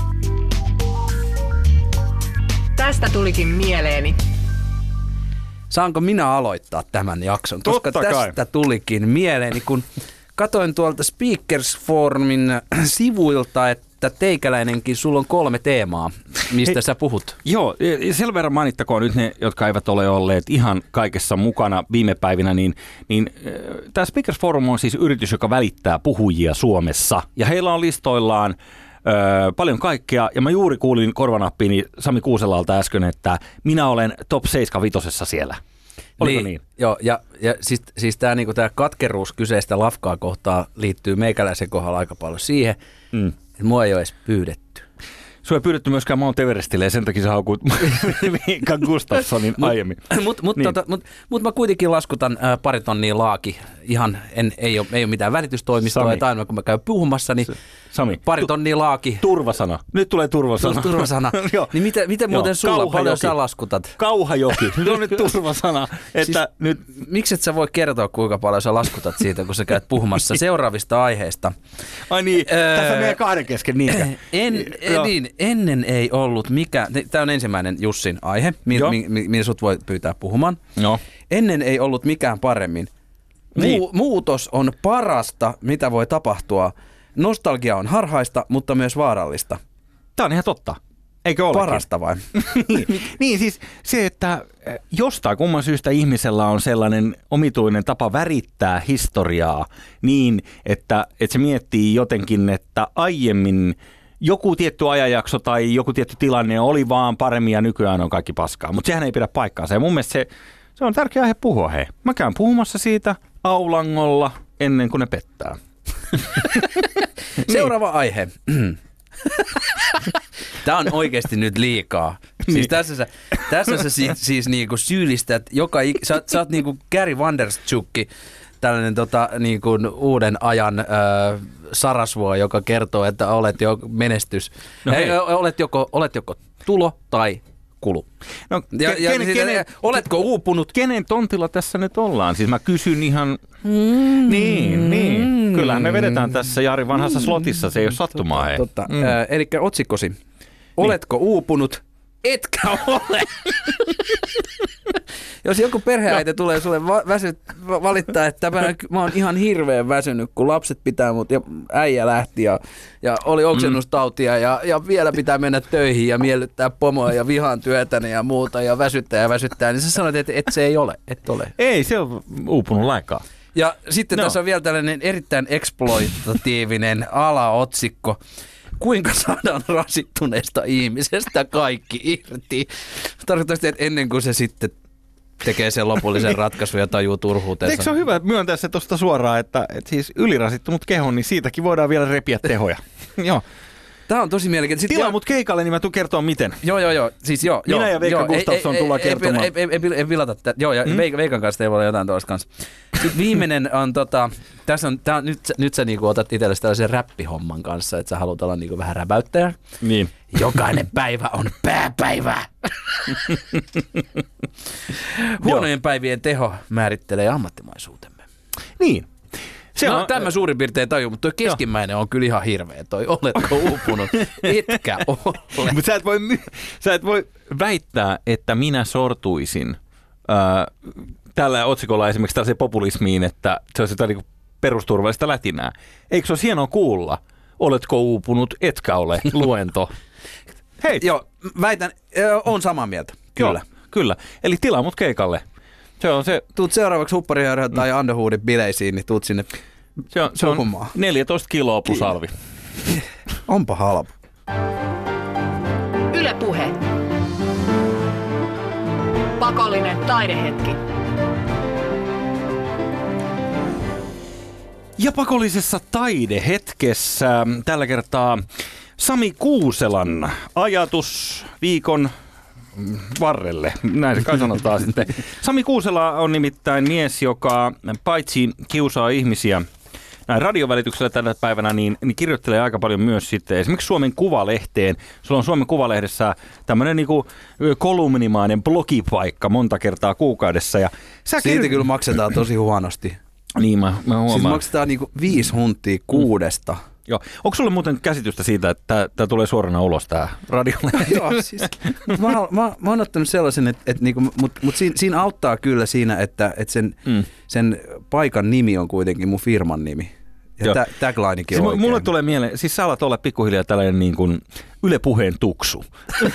Tästä tulikin mieleeni. Saanko minä aloittaa tämän jakson? Totta Koska kai. tästä tulikin mieleeni, kun katoin tuolta Speakers Forumin sivuilta, että teikäläinenkin, sulla on kolme teemaa, mistä Hei, sä puhut. Joo, sen verran mainittakoon nyt ne, jotka eivät ole olleet ihan kaikessa mukana viime päivinä, niin, niin tämä Speakers Forum on siis yritys, joka välittää puhujia Suomessa. Ja heillä on listoillaan Öö, paljon kaikkea, ja mä juuri kuulin korvanappiini Sami Kuuselalta äsken, että minä olen top seitsemänkymmentäviisi siellä. Oliko niin? niin? Joo, ja, ja siis, siis tämä niinku, katkeruus kyseistä lafkaa kohtaa liittyy meikäläisen kohdalla aika paljon siihen, mm. että mua ei ole edes pyydetty. Sua ei pyydetty myöskään Mount Everestille, ja sen takia sä haukut Veikka Gustafssonin aiemmin. Mutta mut, niin. tota, mut, mut mä kuitenkin laskutan ää, pari tonnia laaki. Ihan, en, ei, ole, ei ole mitään välitystoimistoa, että aina kun mä käyn puhumassa, niin Sami, pari tonnia laaki. Turvasana. Nyt tulee turvasana. Turvasana. Niin miten, miten muuten Joo, sulla, paljon sä laskutat? Kauhajoki. Nyt on nyt turvasana. Että siis, nyt... Miksi et sä voi kertoa, kuinka paljon sä laskutat siitä, kun sä käyt puhumassa seuraavista aiheista? Ai niin, öö, tässä on meidän kahden kesken niitä. En, niin, ennen ei ollut mikä, tämä on ensimmäinen Jussin aihe, millä mi, mi, mi, sut voi pyytää puhumaan. Joo. Ennen ei ollut mikään paremmin. Niin. Mu- muutos on parasta, mitä voi tapahtua. Nostalgia on harhaista, mutta myös vaarallista. Tämä on ihan totta. Eikö olekin? Parasta vai? niin, niin siis se, että jostain kumman syystä ihmisellä on sellainen omituinen tapa värittää historiaa niin, että, että se miettii jotenkin, että aiemmin joku tietty ajanjakso tai joku tietty tilanne oli vaan paremmin ja nykyään on kaikki paskaa. Mutta sehän ei pidä paikkaansa. Ja mun mielestä se, se on tärkeä aihe puhua. Hei, mä käyn puhumassa siitä aulangolla ennen kuin ne pettää. Seuraava aihe. Tämä on oikeasti nyt liikaa. Siis niin. tässä sä, tässä sä siis, siis niinku syyllistät joka ik- sä, sä oot niinku Gary Vanderchukki, tällainen tota, niinku uuden ajan äh, sarasvuo, joka kertoo, että olet jo menestys. No Hei, olet, joko, olet joko tulo tai kulu. No, ja, ja kenen, siitä, kenen, oletko uupunut? Kenen tontilla tässä nyt ollaan? Siis mä kysyn ihan... Mm, niin, niin. Kyllähän me vedetään tässä Jari vanhassa slotissa, se ei ole sattumaa. Hei. Totta. Mm. Äh, eli otsikkosi. Oletko niin. uupunut? Etkä ole. Jos joku perheäiti no. tulee sulle va- väsyt, va- valittaa, että mä, mä oon ihan hirveän väsynyt, kun lapset pitää mut ja äijä lähti ja, ja oli oksennustautia ja, ja vielä pitää mennä töihin ja miellyttää pomoa ja vihaan työtäni ja muuta ja väsyttää ja väsyttää, niin sä sanoit, että et se ei ole, et ole. Ei, se on uupunut laikaa. Ja sitten No. tässä on vielä tällainen erittäin eksploitatiivinen alaotsikko. Kuinka saadaan rasittuneesta ihmisestä kaikki irti? Tarkoittaa sitä, että ennen kuin se sitten tekee sen lopullisen ratkaisun ja tajuu turhuutensa. Eikö se ole hyvä myöntää se tuosta suoraan, että, että siis ylirasittunut keho, niin siitäkin voidaan vielä repiä tehoja. Joo. Tämä on tosi mielenkiintoista. Tilaa mut keikalle, niin mä tuun kertoa miten. Joo, joo, joo. Siis joo, Minä joo, ja Veikka joo. Gustafsson ei, tullaan ei, kertomaan. Ei, ei, ei, ei, ei pilata tätä. Joo, ja mm? Veikan kanssa ei voi olla jotain tuossa kanssa. Sitten viimeinen on tota, tässä on, tää, nyt, nyt sä niinku otat itsellesi tällaisen räppihomman kanssa, että sä haluat olla niinku vähän räpäyttäjä. Niin. Jokainen päivä on pääpäivä. Huonojen päivien teho määrittelee ammattimaisuutemme. Niin. Se no on, tämä suurin piirtein taju, mutta toi keskimmäinen on kyllä ihan hirveä toi. Oletko uupunut? Etkä ole. Mutta sä, sä et voi väittää, että minä sortuisin ää, tällä otsikolla esimerkiksi tällaiseen populismiin, että se olisi jotain niin perusturvallista lätinää. Eikö se ole hienoa kuulla? Oletko uupunut, etkä ole, luento. Hei. Joo, väitän, on samaa mieltä. Kyllä. Joo, kyllä. Eli tilaa mut keikalle. Se on se. Tuut seuraavaksi Huppariharjaan tai mm. Underhoodin bileisiin, niin tuut sinne Se on, se on neljätoista kiloa plus alvi. Onpa halpa. Yle Puhe. Pakollinen taidehetki. Ja pakollisessa taidehetkessä tällä kertaa Sami Kuuselan ajatus viikon varrelle. Näin se kai sanotaan sitten. Sami Kuusela on nimittäin mies, joka paitsi kiusaa ihmisiä näin radiovälityksellä tänä päivänä, niin, niin kirjoittelee aika paljon myös sitten esimerkiksi Suomen Kuvalehteen. Sulla on Suomen Kuvalehdessä tämmöinen niinku kolumnimainen blogipaikka monta kertaa kuukaudessa. Ja sä Siitä kirjo- kyllä maksetaan tosi huonosti. Niin mä, mä huomaan. Siis maksetaan niinku viisi huntia kuudesta. Mm. Joo. Onko sulla muuten käsitystä siitä, että tämä tulee suorana ulos tämä radiolehti? Joo, siis mä, mä, mä oon ottanut sellaisen, että, että niinku, mutta mut siinä, siinä auttaa kyllä siinä, että, että sen, mm. sen paikan nimi on kuitenkin mun firman nimi. Ja tä, taglinekin on siis oikein. Mulle tulee mieleen, siis sä alat olla pikkuhiljaa tällainen niin kuin Yle Puheen tuksu.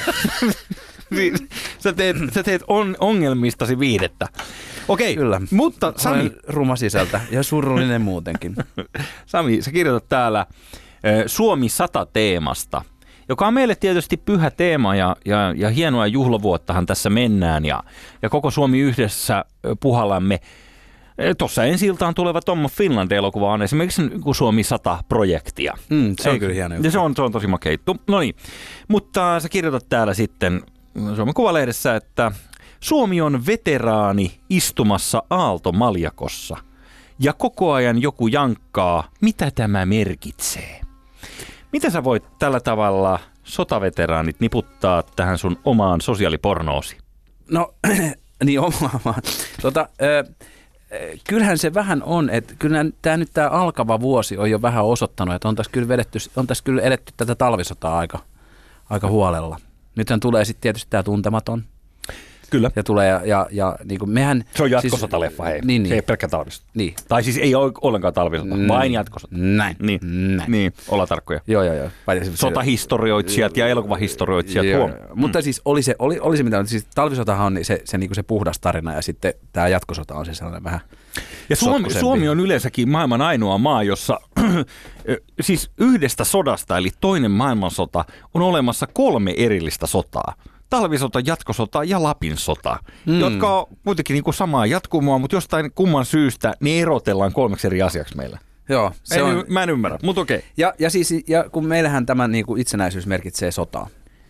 Sä teet, sä teet on, ongelmistasi viidettä. Okei, kyllä. Mutta Sami... Olen ruma sisältä ja surullinen muutenkin. Sami, sä kirjoitat täällä Suomi sata teemasta, joka on meille tietysti pyhä teema ja, ja, ja hienoa juhlavuottahan tässä mennään ja, ja koko Suomi yhdessä puhallamme. Tuossa ensi-iltaan tuleva Tom of Finland-elokuva on esimerkiksi Suomi sata-projektia. Mm, se on Ei, kyllä hieno juttu. Se on, se on tosi makea juttu. No niin, mutta sä kirjoitat täällä sitten Suomen Kuvalehdessä, että Suomi on veteraani istumassa Aalto-Maljakossa ja koko ajan joku jankkaa, mitä tämä merkitsee. Mitä sä voit tällä tavalla sotaveteraanit niputtaa tähän sun omaan sosiaalipornoosi? No, niin omaan. Tota, äh, kyllähän se vähän on, että kyllä tämä nyt tämä alkava vuosi on jo vähän osoittanut, että on tässä kyllä, vedetty, on tässä kyllä eletty tätä talvisotaa aika, aika huolella. Nythän tulee sitten tietysti tämä Tuntematon. Kyllä. Ja tulee ja, ja, ja niin kuin mehän... Se on jatkosotaleffa, hei. Niin, niin. Se ei pelkkä talvisota. Niin. Tai siis ei ole ollenkaan talvisota, mm. vain jatkosota. Näin. Niin, Näin. niin. Olla tarkkoja. Joo, joo, joo. Sotahistorioitsijat ja elokuvahistorioitsijat. Joo, huom. joo. Mutta siis oli se, oli, oli se mitä, siis talvisotahan on se, se, niin se puhdas tarina ja sitten tämä jatkosota on se sellainen vähän ja Suomi, Suomi on yleensäkin maailman ainoa maa, jossa siis yhdestä sodasta, eli toinen maailmansota, on olemassa kolme erillistä sotaa. Talvisota, jatkosota ja Lapin sota, mm. jotka on kuitenkin niin kuin samaa jatkumoa, mutta jostain kumman syystä ne erotellaan kolmeksi eri asiaksi meillä. Joo, se en, on... Mä en ymmärrä, mutta okei. Ja, ja, siis, ja kun meillähän tämä niin kuin itsenäisyys merkitsee sotaa.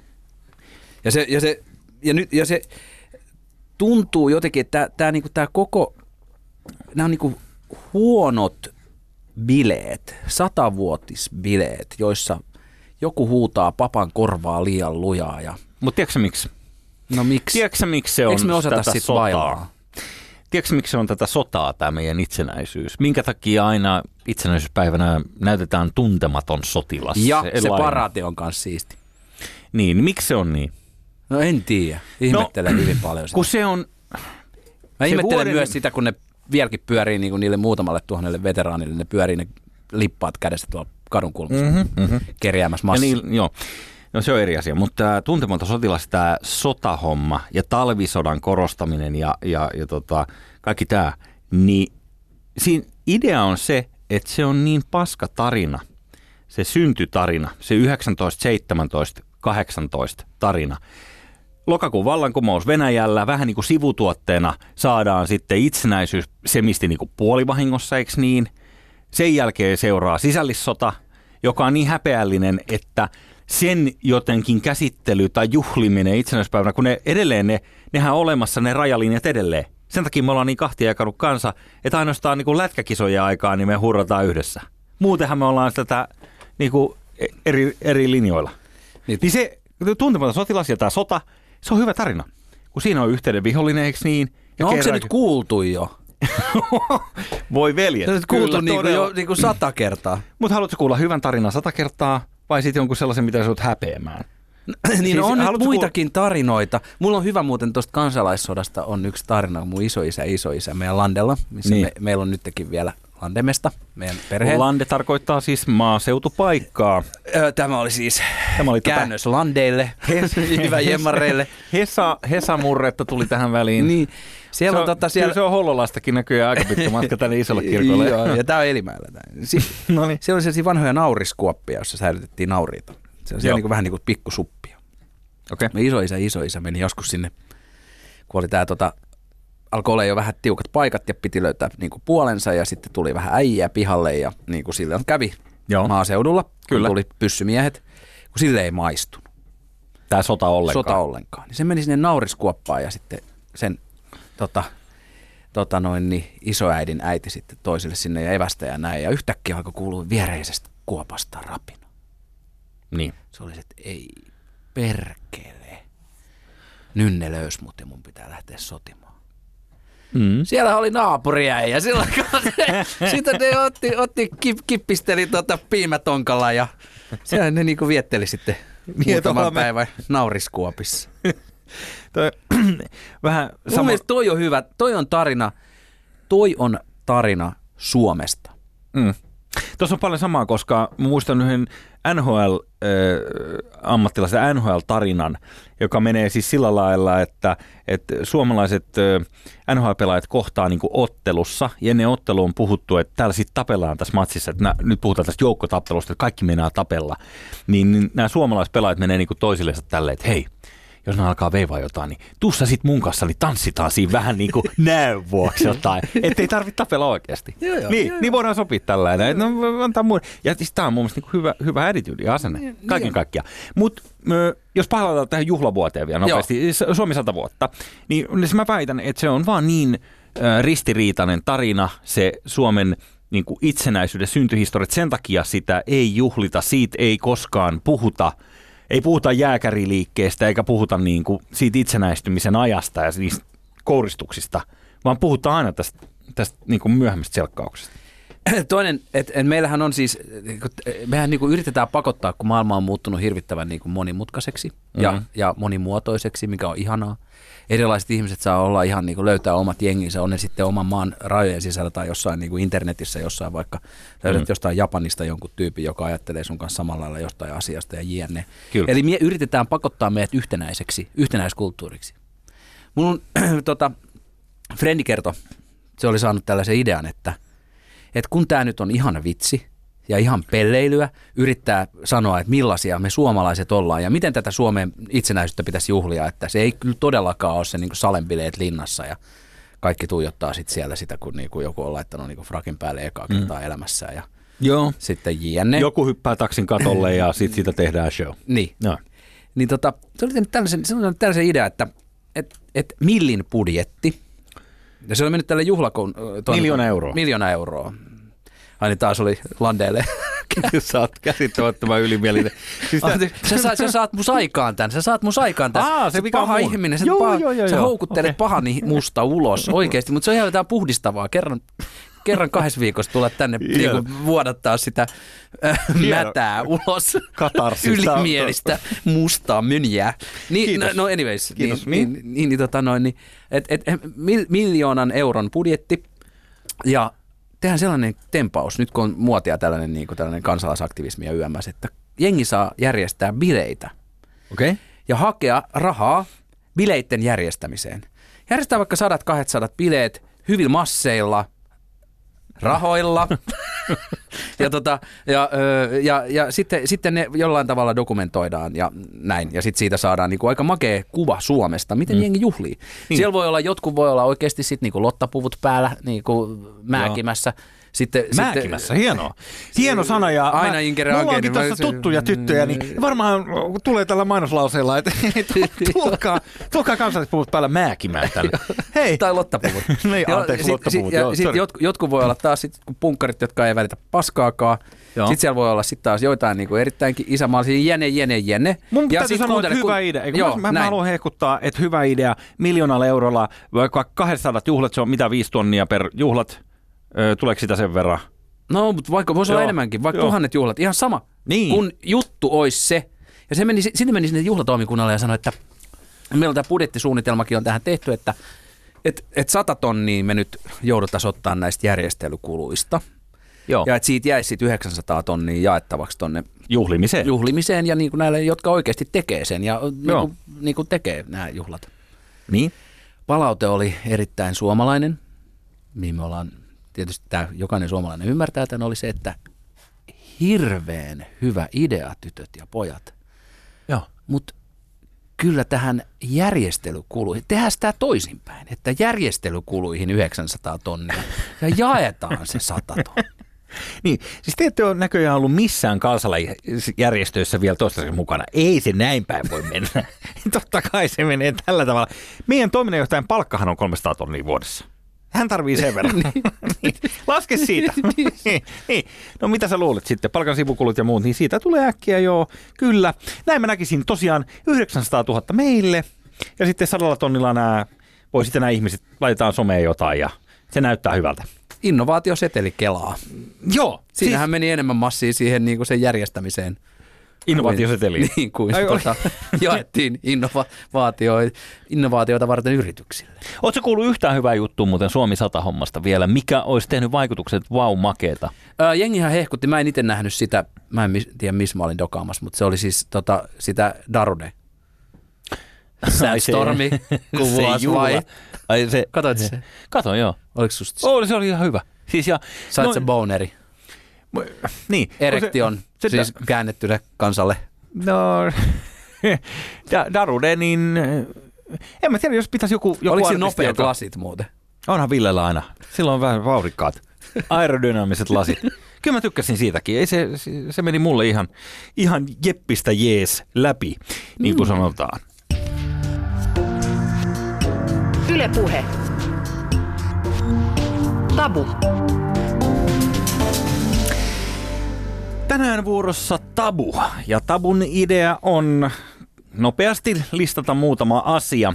Ja se, ja se, ja nyt, ja se tuntuu jotenkin, että tämä, tämä, niin kuin, tämä koko, nämä on niin kuin huonot bileet, satavuotisbileet, joissa joku huutaa papan korvaa liian lujaa ja... Mutta tiedätkö miksi? No miksi? Tiedätkö miksi se on Eikö me osata tätä sit sotaa? vaivaa? Tiedätkö miksi se on tätä sotaa, tämä meidän itsenäisyys? Minkä takia aina itsenäisyyspäivänä näytetään Tuntematon sotilas? Ja se, se paraati on kanssa siisti. Niin, niin miksi se on niin? No en tiedä. Ihmettelen no, hyvin paljon sitä. Kun se on... Mä se ihmettelen vuoden... myös sitä, kun ne vieläkin pyörii niin kuin niille muutamalle tuhannelle veteraanille, ne pyörii ne lippaat kädessä tuolla kadun kulmassa mm-hmm, mm-hmm. kerjäämässä massa. Niin, joo. No se on eri asia, mutta tämä Tuntematon sotilas, tämä sotahomma ja talvisodan korostaminen ja, ja, ja tota, kaikki tämä, niin siinä idea on se, että se on niin paska tarina, se syntytarina, se yhdeksäntoista, seitsemäntoista, kahdeksantoista tarina. Lokakuun vallankumous Venäjällä vähän niin kuin sivutuotteena saadaan sitten itsenäisyys semisti niin kuin puolivahingossa, eikö niin? Sen jälkeen seuraa sisällissota, joka on niin häpeällinen, että sen jotenkin käsittely tai juhliminen itsenäisyyspäivänä, kun ne edelleen, ne, nehän on olemassa ne rajalinjat edelleen. Sen takia me ollaan niin kahtia jakanut kansa, että ainoastaan niin kuin lätkäkisojen aikaa niin me hurrataan yhdessä. Muutenhan me ollaan tätä niin kuin eri, eri linjoilla. Niin, niin se tuntematon sotilas ja tämä sota, se on hyvä tarina. Kun siinä on yhteinen vihollinen, eikö niin? Ja no onko se kerran... nyt kuultu jo? Voi veljet. Se on nyt kuultu niin kuin jo niin kuin sata kertaa. Mutta haluatko kuulla hyvän tarinan sata kertaa vai sitten jonkun sellaisen, mitä sä oot häpeämään? niin siis on nyt muitakin kuulla... tarinoita. Mulla on hyvä muuten tuosta kansalaissodasta on yksi tarina, mun isoisä isoisä meidän landella, missä niin. me, meillä on nytkin vielä landemesta, meidän perheen. Lande tarkoittaa siis maaseutupaikkaa. Tämä oli siis Tämä oli käännös tätä... landeille, hyvä jemmareille. Hesa, Hesa Murretta tuli tähän väliin. Niin. Siellä se on, on, tota, siellä... se on Hollolastakin näkyy aika pitkä matka tänne isolle kirkolle. Joo, ja tämä on Elimäellä. Si- no niin. Siellä oli sellaisia vanhoja nauriskuoppia, joissa säilytettiin nauriita. Se on siellä niin kuin, vähän niin kuin pikkusuppia. Okay. Me isoisä isoisä meni joskus sinne, kun oli tämä, tota, alkoi olla jo vähän tiukat paikat ja piti löytää niin kuin puolensa ja sitten tuli vähän äijää pihalle ja niin kuin sille kävi Joo. maaseudulla, Kyllä. kun tuli pyssymiehet, kun sille ei maistunut. Tämä sota ollenkaan. Sota ollenkaan. Niin se meni sinne nauriskuoppaan ja sitten sen tota, tota noin, niin isoäidin äiti sitten toisille sinne ja evästä ja näin. Ja yhtäkkiä alkoi kuulua viereisestä kuopasta rapina. Niin. Se oli se, että ei perkele. Nynne löys mut ja mun pitää lähteä sotimaan. Mm. Siellä oli naapuriäijä. Silloin sitten ne otti, otti kip, kippisteli tota piimätonkalla ja siellä ne niinku vietteli sitten muutaman päivän nauriskuopissa. toi, vähän sama... Mun mielestä toi on hyvä. Toi on tarina, toi on tarina Suomesta. Mm. Tuossa on paljon samaa, koska muistan yhden N H L-ammattilaisen N H L-tarinan, joka menee siis sillä lailla, että, että suomalaiset N H L-pelaajat kohtaa niin kuin ottelussa, ja ennen ottelua on puhuttu, että täällä sitten tapellaan tässä matsissa, että nää, nyt puhutaan tästä joukkotappelusta, että kaikki meinaa tapella, niin, niin nämä suomalaispelaajat menee niin kuin toisillensa tälleen, että hei, jos ne alkaa veivaa jotain, niin tuussa sit mun kanssa, niin tanssitaan siinä vähän niin kuin näön vuoksi jotain, ettei tarvitse tapella oikeasti. Joo, joo, niin, joo. niin voidaan sopia tällainen. No, antaa mun. Ja siis tämä on mun mielestä niin hyvä, hyvä attitude ja asenne, niin, kaiken niin kaikkiaan. Mutta jos palataan tähän juhlavuoteen vielä nopeasti, joo. Suomi sata vuotta, niin mä väitän, että se on vaan niin äh, ristiriitainen tarina, se Suomen niin kuin itsenäisyyden syntyhistoria, että sen takia sitä ei juhlita, siitä ei koskaan puhuta. Ei puhuta jääkäriliikkeestä eikä puhuta niin kuin siitä itsenäistymisen ajasta ja niistä kouristuksista, vaan puhutaan aina tästä, tästä niin kuin myöhemmästä selkkauksesta. Toinen, että et meillähän on siis, mehän niin kuin yritetään pakottaa, kun maailma on muuttunut hirvittävän niin kuin monimutkaiseksi mm-hmm. ja, ja monimuotoiseksi, mikä on ihanaa. Erilaiset ihmiset saa olla ihan niin kuin löytää omat jenginsä, on ne sitten oman maan rajojen sisällä tai jossain niin kuin internetissä, jossain vaikka löydät mm. jostain Japanista jonkun tyypin, joka ajattelee sun kanssa samalla lailla jostain asiasta ja jne. Kyllä. Eli me yritetään pakottaa meidät yhtenäiseksi, yhtenäiskulttuuriksi. Mun tota, frendi kertoi, se oli saanut tällaisen idean, että, että kun tämä nyt on ihana vitsi, ja ihan pelleilyä, yrittää sanoa, että millaisia me suomalaiset ollaan ja miten tätä Suomen itsenäisyyttä pitäisi juhlia, että se ei kyllä todellakaan ole se niin kuin salenbileet linnassa ja kaikki tuijottaa sitten siellä sitä, kun niin kuin joku on laittanut niin kuin frakin päälle ekaa kertaa mm. elämässään ja Joo. sitten jne. Joku hyppää taksin katolle ja sitten siitä tehdään show. Niin. No. Niin tota, se oli tällaisen, se oli tällaisen idea, että et, et millin budjetti, ja se oli mennyt tälle juhlakoon... Miljoona euroa. Miljoona euroa. Ai niin taas oli Landeelle. Sä oot käsittämättömän ylimielinen. Siis tämän... sä, saat, sä saat mus aikaan tän, sä saat mus aikaan tän. Aa, se paha on ihminen, sä, joo, paha, joo, joo, sä houkuttelet okay. pahani musta ulos oikeasti, mutta se on ihan jotain puhdistavaa. Kerran, kerran kahdessa viikossa tulla tänne niin vuodattaa sitä äh, mätää ulos. Katarsista. Ylimielistä mustaa mynjää. Niin, no, no anyways. Kiitos. Niin, niin, niin, niin, tota noin, niin, et, et, mil, miljoonan euron budjetti ja tehdään sellainen tempaus, nyt kun on muotia tällainen, niin kuin tällainen kansalaisaktivismi ja yömäs, että jengi saa järjestää bileitä okay. ja hakea rahaa bileitten järjestämiseen. Järjestää vaikka sadat, kahdeksansadat bileet hyvillä masseilla, rahoilla. ja, tota, ja, ja, ja sitten, sitten ne jollain tavalla dokumentoidaan ja näin. Ja sitten siitä saadaan niinku aika makea kuva Suomesta, miten mm. jengi juhlii. Niin. Siellä voi olla, jotkut voi olla oikeasti sit niinku lottapuvut päällä niinku määkimässä. Sitten, Määkimässä, sitten, hienoa. Hieno sana ja aina mä, Inkere mulla Ageni, onkin tuossa tuttuja tyttöjä, niin varmaan tulee tällä mainoslauseella, että tulkaa, tulkaa kansallispuvut päällä määkimään tänne. Hei. Tai lottapuvut. niin, anteeksi, lottapuvut. Ja sitten jot, jotkut voi olla taas sit, punkkarit, jotka ei välitä paskaakaan. Joo. Sitten siellä voi olla sitten taas joitain niinku erittäinkin isämaallisia jene, jene, jene. Mun ja täytyy sanoa, että hyvä idea. Eikö joo, mä, mä haluan hehkuttaa, että hyvä idea. Miljoonalla eurolla, vaikka kaksisataa juhlat, se on mitä viisi tonnia per juhlat. Öö, tuleeko sitä sen verran? No, mutta vaikka voisi olla enemmänkin, vaikka joo. tuhannet juhlat. Ihan sama, niin. kun juttu olisi se. Ja se meni, sitten meni sinne juhlatoimikunnalle ja sanoi, että meillä tämä budjettisuunnitelmakin on tähän tehty, että et, et sata tonnia me nyt jouduttaisiin ottaa näistä järjestelykuluista. Joo. Ja että siitä jäisi sitten yhdeksänsataa tonnia jaettavaksi tonne juhlimiseen, juhlimiseen ja niin kuin näille, jotka oikeasti tekee sen ja niin kuin, niin kuin tekee nämä juhlat. Niin. Palaute oli erittäin suomalainen, mihin me ollaan, tietysti tämä jokainen suomalainen ymmärtää tämän, oli se, että hirveän hyvä idea, tytöt ja pojat. Joo. Mutta kyllä tähän järjestelykuluihin, tehdään sitä toisinpäin, että järjestelykuluihin yhdeksänsataa tonnia ja jaetaan se sata tonnia. Niin, siis te ette ole näköjään ollut missään kansalaisjärjestöissä vielä toistaiseksi mukana. Ei se näin päin voi mennä. Totta kai se menee tällä tavalla. Meidän toiminnanjohtajan palkkahan on kolmesataa tonnia vuodessa. Hän tarvii sen verran. niin. Laske siitä. niin. No mitä sä luulet sitten? Palkan sivukulut ja muut, niin siitä tulee äkkiä joo. Kyllä. Näin mä näkisin tosiaan yhdeksänsataatuhatta meille. Ja sitten sadalla tonnilla nämä, voi sitten nämä ihmiset, laitetaan someen jotain ja se näyttää hyvältä. Innovaatioseteli kelaa. Joo. Siinähän siis meni enemmän massia siihen niin kuin sen järjestämiseen. Innovaatioseteliin. Niin kuin tuota, jaettiin innovaatioita, innovaatioita varten yrityksille. Oletko kuullut yhtään hyvää juttua muuten Suomi sata-hommasta vielä? Mikä olisi tehnyt vaikutukset vau makeeta? Ää, jengihän hehkutti, mä en itse nähnyt sitä, mä en tiedä missä mä olin dokaamassa, mutta se oli siis tota, sitä Darude. Sandstormi kuvaus vai? Ai se, Katoit se? Katoin joo. Oliko susta? Oh, se oli ihan hyvä. Siis ja, Sait no, se boneri. Niin. Erektion, se, se, siis da, käännettynä kansalle. No, da, Darude, niin en mä tiedä, jos pitäisi joku... joku Oliko siinä nopeat joka... lasit muuten? Onhan Villellä aina. Silloin on vähän vauhdikkaat, aerodynaamiset lasit. Kyllä mä tykkäsin siitäkin. Ei se, se meni mulle ihan, ihan jeppistä jees läpi, niin kuin mm. sanotaan. Yle Puhe. Tabu. Tänään vuorossa tabu. Ja tabun idea on nopeasti listata muutama asia,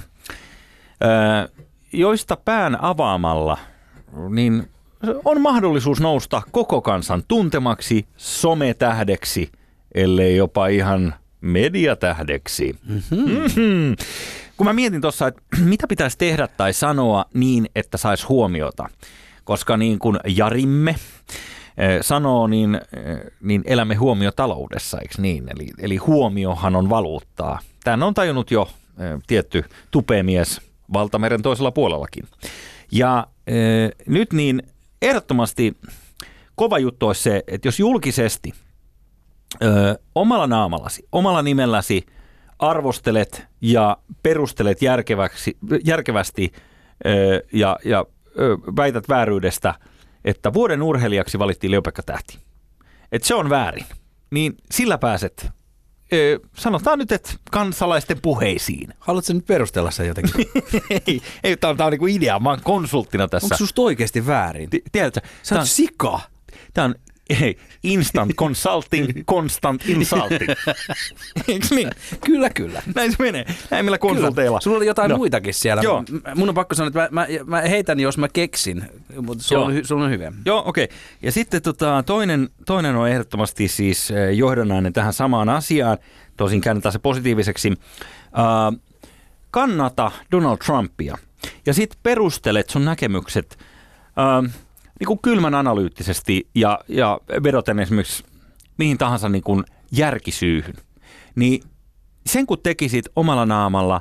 joista pään avaamalla niin on mahdollisuus nousta koko kansan tuntemaksi sometähdeksi, ellei jopa ihan mediatähdeksi. Mm-hmm. Mm-hmm. Kun mä mietin tuossa, että mitä pitäisi tehdä tai sanoa niin, että saisi huomiota, koska niin kuin Jarimme sanoo, niin, niin elämme huomiotaloudessa, eikö niin? Eli, eli huomiohan on valuuttaa. Tämän on tajunnut jo tietty tupemies valtameren toisella puolellakin. Ja e, nyt niin ehdottomasti kova juttu olisi se, että jos julkisesti ö, omalla naamallasi, omalla nimelläsi arvostelet ja perustelet järkeväksi, järkevästi ö, ja, ja ö, väität vääryydestä, että vuoden urheilijaksi valittiin Leo-Pekka Tähti. Että se on väärin. Niin sillä pääset, ö, sanotaan nyt, että kansalaisten puheisiin. Haluatko nyt perustella sen jotenkin? ei, ei tämä on, on niinku idea, mä oon konsulttina tässä. Onko susta oikeasti väärin? T- tiedätkö? Sä oot sika. Tämä on ei, instant consulting, constant insulting. Eikö niin? Kyllä, kyllä. Näin se menee. Näin millä konsulteilla. Sulla oli jotain no. muitakin siellä. Joo. Mun on pakko sanoa, että mä, mä, mä heitän, jos mä keksin, mutta sulla, on, sulla on hyvä. Joo, okei. Okay. Ja sitten tota, toinen, toinen on ehdottomasti siis johdannainen tähän samaan asiaan. Tosin käännetään se positiiviseksi. Uh, kannata Donald Trumpia. Ja sitten perustelet sun näkemykset uh, niin kuin kylmän analyyttisesti ja, ja vedoten esimerkiksi mihin tahansa niin kuin järkisyyhyn. Niin sen kun tekisit omalla naamalla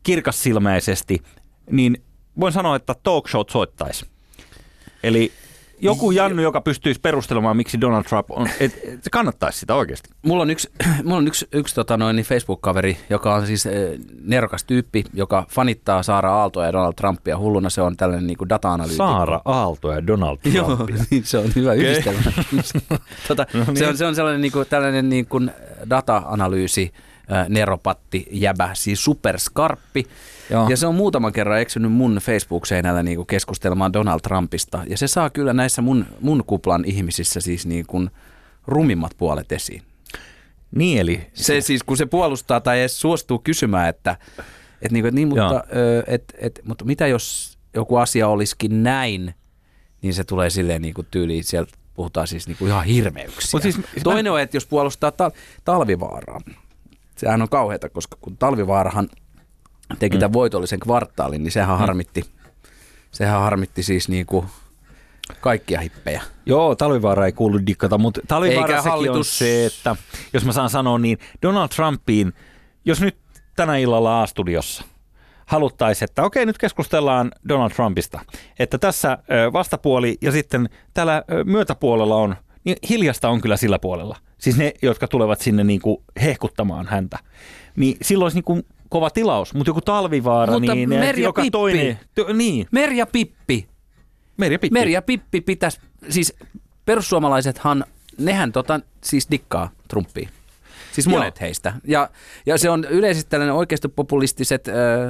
kirkassilmäisesti, niin voin sanoa, että talk showt soittaisi. Eli joku Jannu, joka pystyisi perustelemaan, miksi Donald Trump on, että et se kannattaisi sitä oikeasti. Mulla on yksi, mulla on yksi, yksi tota noin, Facebook-kaveri, joka on siis eh, nerokas tyyppi, joka fanittaa Saara Aaltoa ja Donald Trumpia hulluna. Se on tällainen niin kuin data-analyytikko. Saara Aalto ja Donald Trumpia. Joo, niin se on hyvä okay. yhdistelmä. tota, no niin. se, on, se on sellainen niin kuin, tällainen niin kuin data-analyysi, äh, neropatti, jäbä, siis superskarppi. Joo. Ja se on muutaman kerran eksynyt mun Facebook-seinällä niinku keskustelemaan Donald Trumpista. Ja se saa kyllä näissä mun, mun kuplan ihmisissä siis niinku rumimmat puolet esiin. Niin eli? Se siis, kun se puolustaa tai edes suostuu kysymään, että et niinku, et niin, mutta, ö, et, et, mutta mitä jos joku asia olisikin näin, niin se tulee silleen niinku tyyliin, sieltä puhutaan siis niinku ihan hirmeyksiä. Siis, Toinen mä... on, että jos puolustaa ta- Talvivaaraa, sehän on kauheata, koska kun Talvivaarahan teki tämän mm. voitollisen kvartaalin, niin sehän harmitti, sehän harmitti siis niinku kaikkia hippejä. Joo, Talvivaara ei kuulu dikkata, mutta Talvivaarassakin on se, että jos mä saan sanoa, niin Donald Trumpiin, jos nyt tänä illalla A-studiossa haluttaisiin, että okei, nyt keskustellaan Donald Trumpista, että tässä vastapuoli ja sitten täällä myötäpuolella on, niin hiljasta on kyllä sillä puolella. Siis ne, jotka tulevat sinne niin kuin hehkuttamaan häntä. Niin silloin olisi niin kuin kova tilaus, mutta joku Talvivaara, mutta niin Merja joka Pippi. toinen. To, niin. Merja Pippi. Merja Pippi. Merja Pippi pitäisi, siis perussuomalaisethan, nehän tota, siis dikkaa Trumpia. Siis monet Joo. heistä. Ja, ja se on yleisesti tällainen oikeistopopulistiset, äh,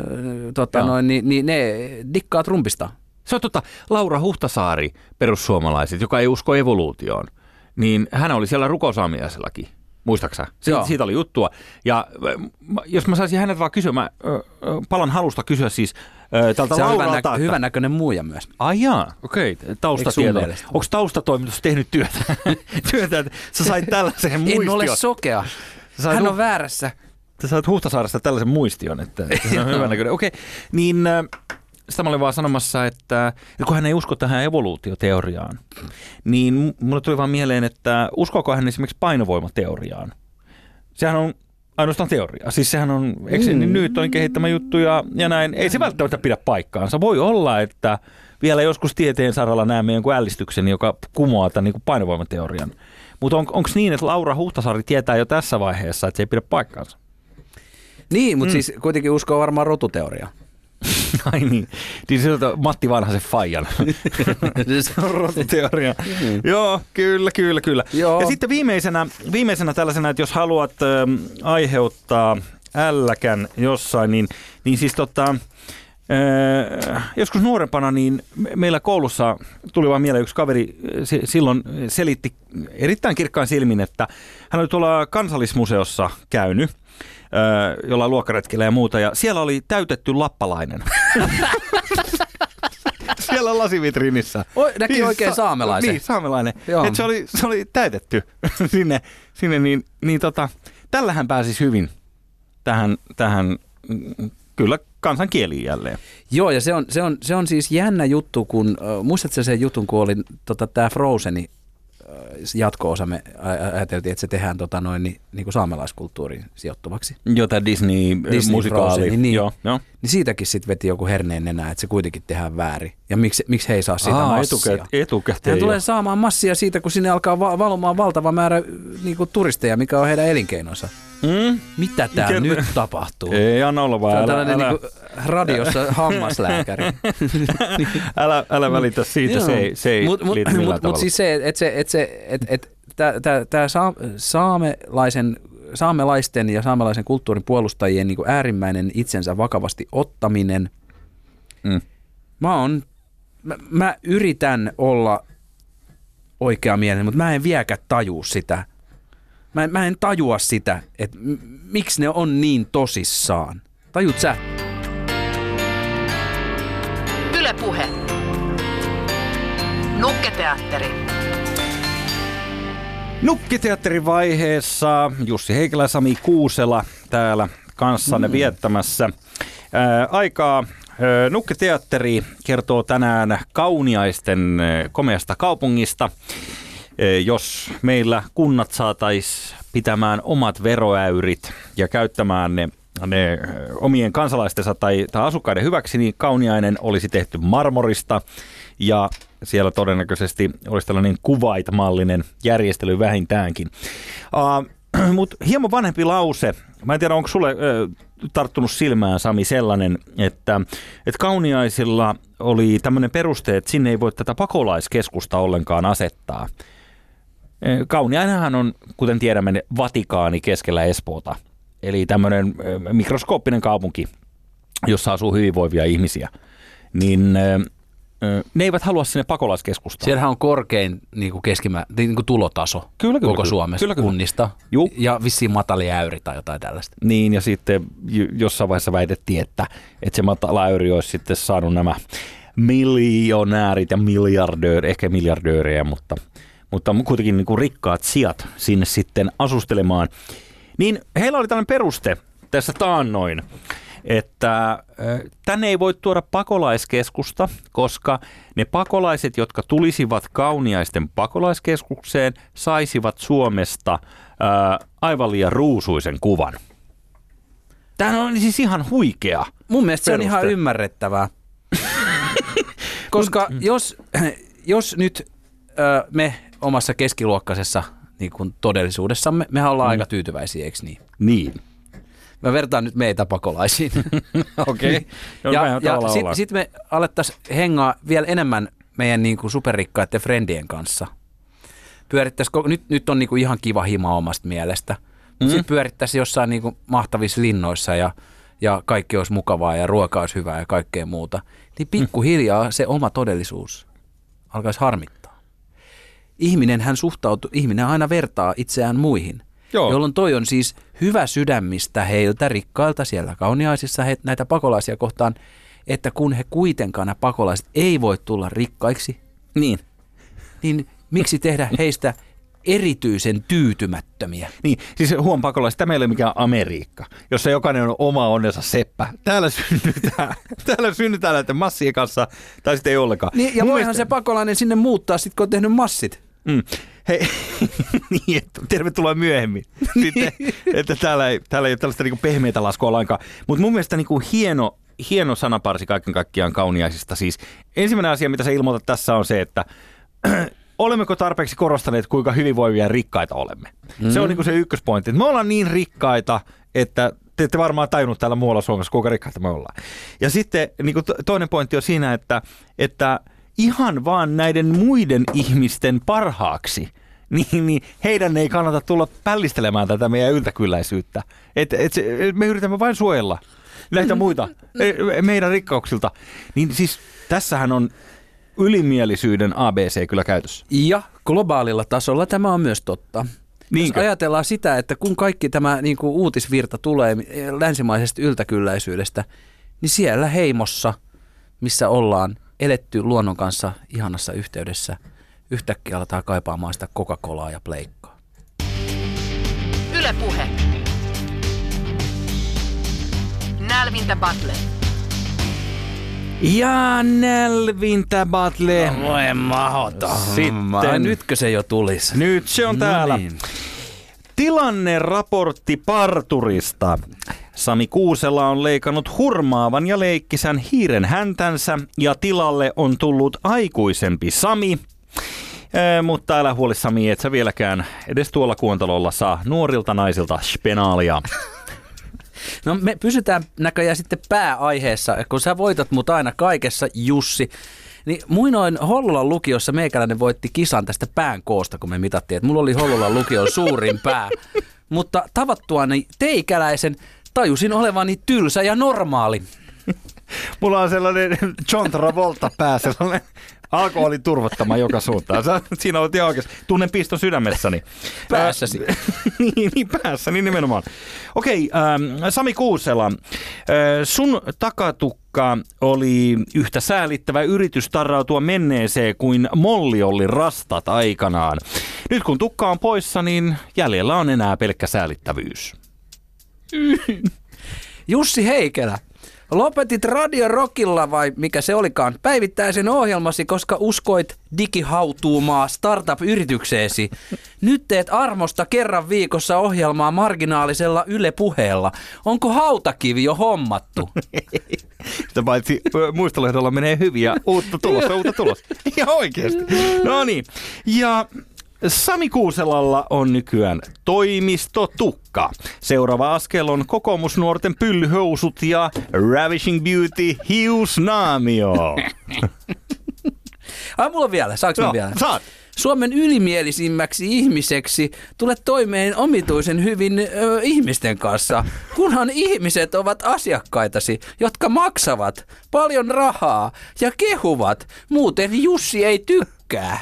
tota noin, niin, niin ne dikkaa Trumpista. Se on tota, Laura Huhtasaari, perussuomalaiset, joka ei usko evoluutioon, niin hän oli siellä rukousaamiaisellakin. Muistaaksä? Siitä, siitä oli juttua. Ja jos mä saisin hänet vaan kysyä, mä ö, palan halusta kysyä siis ö, tältä se Lauralta. Se on että... hyvän näköinen muija myös. Ai jaa, okei. Okay. Taustatieto. Onko taustatoimitus tehnyt työtä? työtä, että sä sait tällaisen muistion? En ole sokea. Hän hu- on väärässä. Sä sait Huhtasaaresta tällaisen muistion, että, että se on hyvän näköinen. Okei, okay. niin... Sitä mä olin vaan sanomassa, että kun hän ei usko tähän evoluutioteoriaan, niin mulle tuli vaan mieleen, että uskoako hän esimerkiksi painovoimateoriaan? Sehän on ainoastaan teoria. Siis sehän on, eikö mm. niin Newtonin kehittämä juttu ja, ja näin. Ei se välttämättä pidä paikkaansa. Voi olla, että vielä joskus tieteen saralla näemme jonkun ällistyksen, joka kumoaa tämän niin kuin painovoimateorian. Mutta on, onko niin, että Laura Huhtasaari tietää jo tässä vaiheessa, että se ei pidä paikkaansa? Niin, mutta mm. siis kuitenkin uskoo varmaan rotuteoriaa. Ai niin. Niin se on Matti Vanhasen faijan. Se on rotuteoria. Mm. Joo, kyllä, kyllä, kyllä. Joo. Ja sitten viimeisenä, viimeisenä tällaisena, että jos haluat äh, aiheuttaa älläkän jossain, niin, niin siis tota, äh, joskus nuorempana niin meillä koulussa tuli vaan mieleen yksi kaveri se, silloin selitti erittäin kirkkain silmin, että hän oli tuolla Kansallismuseossa käynyt, jollain luokkaretkellä ja muuta, ja siellä oli täytetty lappalainen. Siellä lasivitriinissä. Oi, näki niin, oikein sa- saamelaisen. Niin, saamelainen. Että se oli, se oli täytetty sinne, sinne niin, niin tota, tällähän pääsisi hyvin tähän, tähän kyllä kansankieliin jälleen. Joo, ja se on, se on, se on siis jännä juttu, kun, äh, muistatko sen jutun, kun oli tota, tämä Frozeni jatko-osa, me ajateltiin, että se tehdään tota noin, niin, niin kuin saamelaiskulttuuriin sijoittuvaksi. Joo, tämä Disney-musikaali. Disney niin, joo, joo. Niin siitäkin sitten veti joku herneen nenää, että se kuitenkin tehdään väärin. Ja miksi, miksi he ei saa siitä Aa, massia? Etukäteen, etukäteen Hän tulee saamaan massia siitä, kun sinne alkaa va- valumaan valtava määrä niin kuin turisteja, mikä on heidän elinkeinonsa. Mm? Mitä tää Mikä... nyt tapahtuu? Ei, anna olla vaan. Se on tällainen älä... niin kuin radiossa hammaslääkäri. älä, älä välitä siitä, se ei, se ei mut, mut, liity millään mut, tavalla. Mutta siis se, että se, et se, et, et, tämä saamelaisen, saamelaisten ja saamelaisen kulttuurin puolustajien niin kuin äärimmäinen itsensä vakavasti ottaminen. Mm. Mä, on, mä, mä yritän olla oikeamielinen, mutta mä en vieläkään tajua sitä. Mä en, mä en tajua sitä, että m- miksi ne on niin tosissaan. Tajut sä? Yle Puhe. Nukketeatteri. Nukkiteatterin vaiheessa Jussi Heikelä ja Sami Kuusela täällä kanssanne mm. viettämässä ää, aikaa. Ää, Nukketeatteri kertoo tänään Kauniaisten ää, komeasta kaupungista. Ää, jos meillä kunnat saataisiin pitämään omat veroäyrit ja käyttämään ne ne omien kansalaistensa tai, tai asukkaiden hyväksi, niin Kauniainen olisi tehty marmorista ja siellä todennäköisesti olisi tällainen Kuwait-mallinen järjestely vähintäänkin. Uh, Mutta hieman vanhempi lause. Mä en tiedä, onko sulle ö, tarttunut silmään, Sami, sellainen, että, että Kauniaisilla oli tämmöinen peruste, että sinne ei voi tätä pakolaiskeskusta ollenkaan asettaa. Kauniainenhan on, kuten tiedämme, Vatikaani keskellä Espoota. Eli tämmöinen mikroskooppinen kaupunki, jossa asuu hyvinvoivia ihmisiä. Niin ne eivät halua sinne pakolaiskeskustaan. Siellähän on korkein niin kuin keskimä, niin kuin tulotaso kyllä, kyllä, koko kyllä. Suomessa Kyllä, kyllä. kunnista. Juh. Ja vissiin matali äyri tai jotain tällaista. Niin, ja sitten jossain vaiheessa väitettiin, että, että se matala äyri olisi sitten saanut nämä miljonäärit ja miljardööri, ehkä miljardöörejä, mutta, mutta kuitenkin niin kuin rikkaat sijat sinne sitten asustelemaan. Niin heillä oli tällainen peruste tässä taannoin, että tänne ei voi tuoda pakolaiskeskusta, koska ne pakolaiset, jotka tulisivat Kauniaisten pakolaiskeskukseen, saisivat Suomesta ää, aivan liian ruusuisen kuvan. Tämä on siis ihan huikea. Mun mielestä peruste. Se on ihan ymmärrettävää. Koska jos, jos nyt ö, me omassa keskiluokkaisessa niin kuin todellisuudessamme, mehän ollaan mm. aika tyytyväisiä, eikö niin? Niin. Mä vertaan nyt meitä pakolaisiin. Okei. Okay. No, ja ja sitten sit me alettaisiin hengaa vielä enemmän meidän niin kuin superrikkaiden friendien kanssa. Pyörittäisiin, nyt, nyt on niin kuin ihan kiva hima omasta mielestä. Mm. Sitten pyörittäisiin jossain niin kuin mahtavissa linnoissa ja, ja kaikki olisi mukavaa ja ruoka olisi hyvää ja kaikkea muuta. Niin pikkuhiljaa se oma todellisuus alkaisi harmittaa. Ihminen hän suhtautuu, ihminen aina vertaa itseään muihin. Joo. Jolloin toi on siis hyvä sydämistä heiltä rikkailta siellä Kauniaisissa he, näitä pakolaisia kohtaan, että kun he kuitenkaan nämä pakolaiset ei voi tulla rikkaiksi, niin, niin miksi tehdä heistä erityisen tyytymättömiä? Niin, siis huom pakolaiset, tämä ei ole mikään Amerikka, jossa jokainen on oma onnensa seppä. Täällä synnytään, täällä synnytään näiden massien kanssa, tai sitten ei ollenkaan. Niin, ja Mun voihan mielestä... se pakolainen sinne muuttaa sitten, kun on tehnyt massit. Mm. Hei, niin, että tervetuloa myöhemmin. Sitten, että täällä ei, täällä ei ole tällaista niin pehmeitä laskua lainkaan. Mutta mun mielestä niin hieno, hieno sanaparsi kaiken kaikkiaan Kauniaisista. Siis ensimmäinen asia, mitä sä ilmoitat tässä on se, että olemmeko tarpeeksi korostaneet, kuinka hyvinvoivia ja rikkaita olemme. Mm. Se on niin se ykköspointti. Me ollaan niin rikkaita, että te ette varmaan tajunnut täällä muualla Suomessa, kuinka rikkaita me ollaan. Ja sitten niin toinen pointti on siinä, että, että ihan vaan näiden muiden ihmisten parhaaksi, niin, niin heidän ei kannata tulla pällistelemään tätä meidän yltäkylläisyyttä. Et, et se, me yritämme vain suojella näitä muita meidän rikkauksilta. Niin siis tässähän on ylimielisyyden A B C kyllä käytössä. Ja globaalilla tasolla tämä on myös totta. Niinkö? Jos ajatellaan sitä, että kun kaikki tämä niin kuin uutisvirta tulee länsimaisesta yltäkylläisyydestä, niin siellä heimossa, missä ollaan eletty luonnon kanssa ihanassa yhteydessä, yhtäkkiä aletaan kaipaamaan sitä Coca-Colaa ja pleikkaa. Yle Puhe. Nälvintä Battle. Ja nälvintä Battle. No, voi mahota. Sitten. Nytkö se jo tulisi? Nyt se on täällä. No niin. Tilanneraportti parturista. Sami Kuusela on leikannut hurmaavan ja leikkisän hiiren häntänsä ja tilalle on tullut aikuisempi Sami. Ee, mutta älä huoli Sami, et sä vieläkään edes tuolla kuontalolla saa nuorilta naisilta spenaalia. No me pysytään näköjään sitten pääaiheessa, kun sä voitat mut aina kaikessa, Jussi. Niin muinoin Hollolan lukiossa meikäläinen voitti kisan tästä pään koosta, kun me mitattiin, että mulla oli Hollolan lukion suurin pää. Mutta tavattuani teikäläisen tajusin olevani tylsä ja normaali. Mulla on sellainen John Travolta pää, sellainen alkoholin turvottama joka suuntaan. Siinä olet ihan oikeassa. Tunnen piston sydämessäni. Päässäsi. niin, niin, päässä, niin nimenomaan. Okei, ähm, Sami Kuusela, äh, sun takatukka oli yhtä säälittävä yritys tarrautua menneeseen kuin Molli oli rastat aikanaan. Nyt kun tukka on poissa, niin jäljellä on enää pelkkä säälittävyys. Jussi Heikelä. Lopetit Radio Rockilla vai mikä se olikaan päivittäisen ohjelmasi, koska uskoit digihautuumaa startup-yritykseesi. Nyt teet armosta kerran viikossa ohjelmaa marginaalisella Yle Puheella. Onko hautakivi jo hommattu? Sitä paitsi muistolehdolla menee hyviä. Uutta tulosta, uutta tulosta. Ihan oikeasti. No niin. Ja Sami Kuuselalla on nykyään toimistotukka. Seuraava askel on kokoomusnuorten pyllyhousut ja Ravishing Beauty hiusnaamio. Ai mulla on vielä, saanko no, vielä? Saat. Suomen ylimielisimmäksi ihmiseksi tulet toimeen omituisen hyvin ö, ihmisten kanssa, kunhan ihmiset ovat asiakkaitasi, jotka maksavat paljon rahaa ja kehuvat. Muuten Jussi ei tykkää.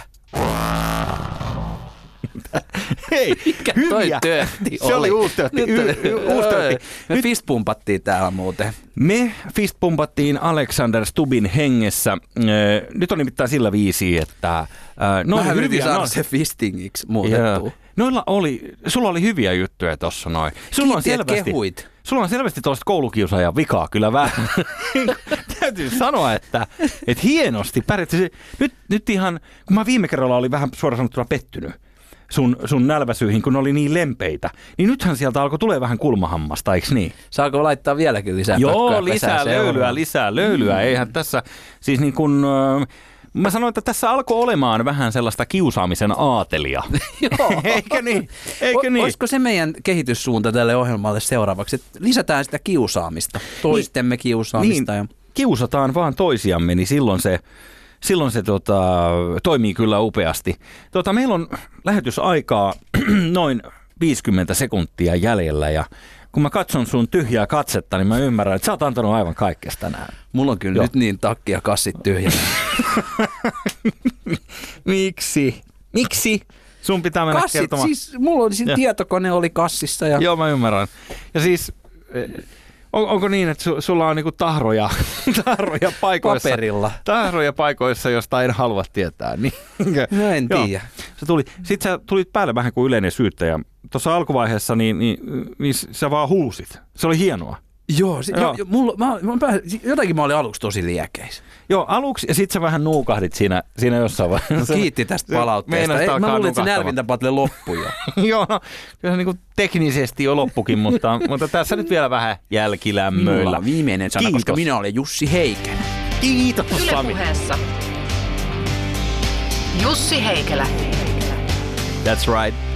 Hei, Mikä hyviä. toi töötti oli? Se oli uusi töötti. Y- y- uusi töötti. Me fistpumpattiin täällä muuten. Me fistpumpattiin Alexander Stubbin hengessä. Nyt on nimittäin sillä viisi, että no Mä yritin saada no, se fistingiksi muutettua. Noilla oli, sulla oli hyviä juttuja tossa noin. Sulla on Kiitti, et selvästi, kehuit. sulla on selvästi tuosta koulukiusaajan vikaa kyllä vähän. Täytyy sanoa, että, että hienosti pärjätsi. Nyt, nyt ihan, kun mä viime kerralla olin vähän suoraan sanottuna pettynyt sun, sun nälväsyihin, kun ne oli niin lempeitä, niin nythän sieltä alkoi tulee vähän kulmahammasta, eikö niin? Saako laittaa vieläkin lisää Joo, lisää löylyä, lisää löylyä. Mm. Eihän tässä, siis niin kuin, mä sanoin, että tässä alkoi olemaan vähän sellaista kiusaamisen aatelia. Joo. Eikö niin? Eikö niin? Olisiko se meidän kehityssuunta tälle ohjelmalle seuraavaksi, että lisätään sitä kiusaamista, toistemme kiusaamista. Niin, ja... kiusataan vaan toisiamme, niin silloin se, silloin se tota, toimii kyllä upeasti. Tota, meillä on lähetysaikaa noin viisikymmentä sekuntia jäljellä ja kun mä katson sun tyhjää katsetta, niin mä ymmärrän, että sä oot antanut aivan kaikkesta tänään. Mulla on kyllä Joo. nyt niin takki ja kassit tyhjänä. Miksi? Miksi? Sun pitää mennä kassit, kertomaan. Siis mulla oli siinä tietokone oli kassissa. Ja... Joo, mä ymmärrän. Ja siis, on, onko niin, että su, sulla on niinku tahroja, tahroja paikoissa? Paperilla. Tahroja paikoissa, josta en halua tietää. Niin, no en tiedä. Se tuli, sit sä tulit päälle vähän kuin yleinen syyttäjä. Tuossa alkuvaiheessa niin, niin, niin sä vaan huusit. Se oli hienoa. Joo, se, Joo. Jo, mulla, mä, mä pääsin, jotenkin mä olin aluksi tosi liekeis. Joo, aluksi ja sit sä vähän nuukahdit siinä, siinä jossain vaiheessa. No, kiitti tästä palautteesta. Ei, mä luulin, että se nälvintäpatle loppui jo. Joo, no kyllä se niinku teknisesti jo loppukin, mutta, mutta tässä nyt vielä vähän jälkilämmöillä. Minulla on viimeinen sana, Kiitos. Koska minä olen Jussi Heikelä. Kiitos, Sami. Yle Puheessa Jussi Heikelä. That's right.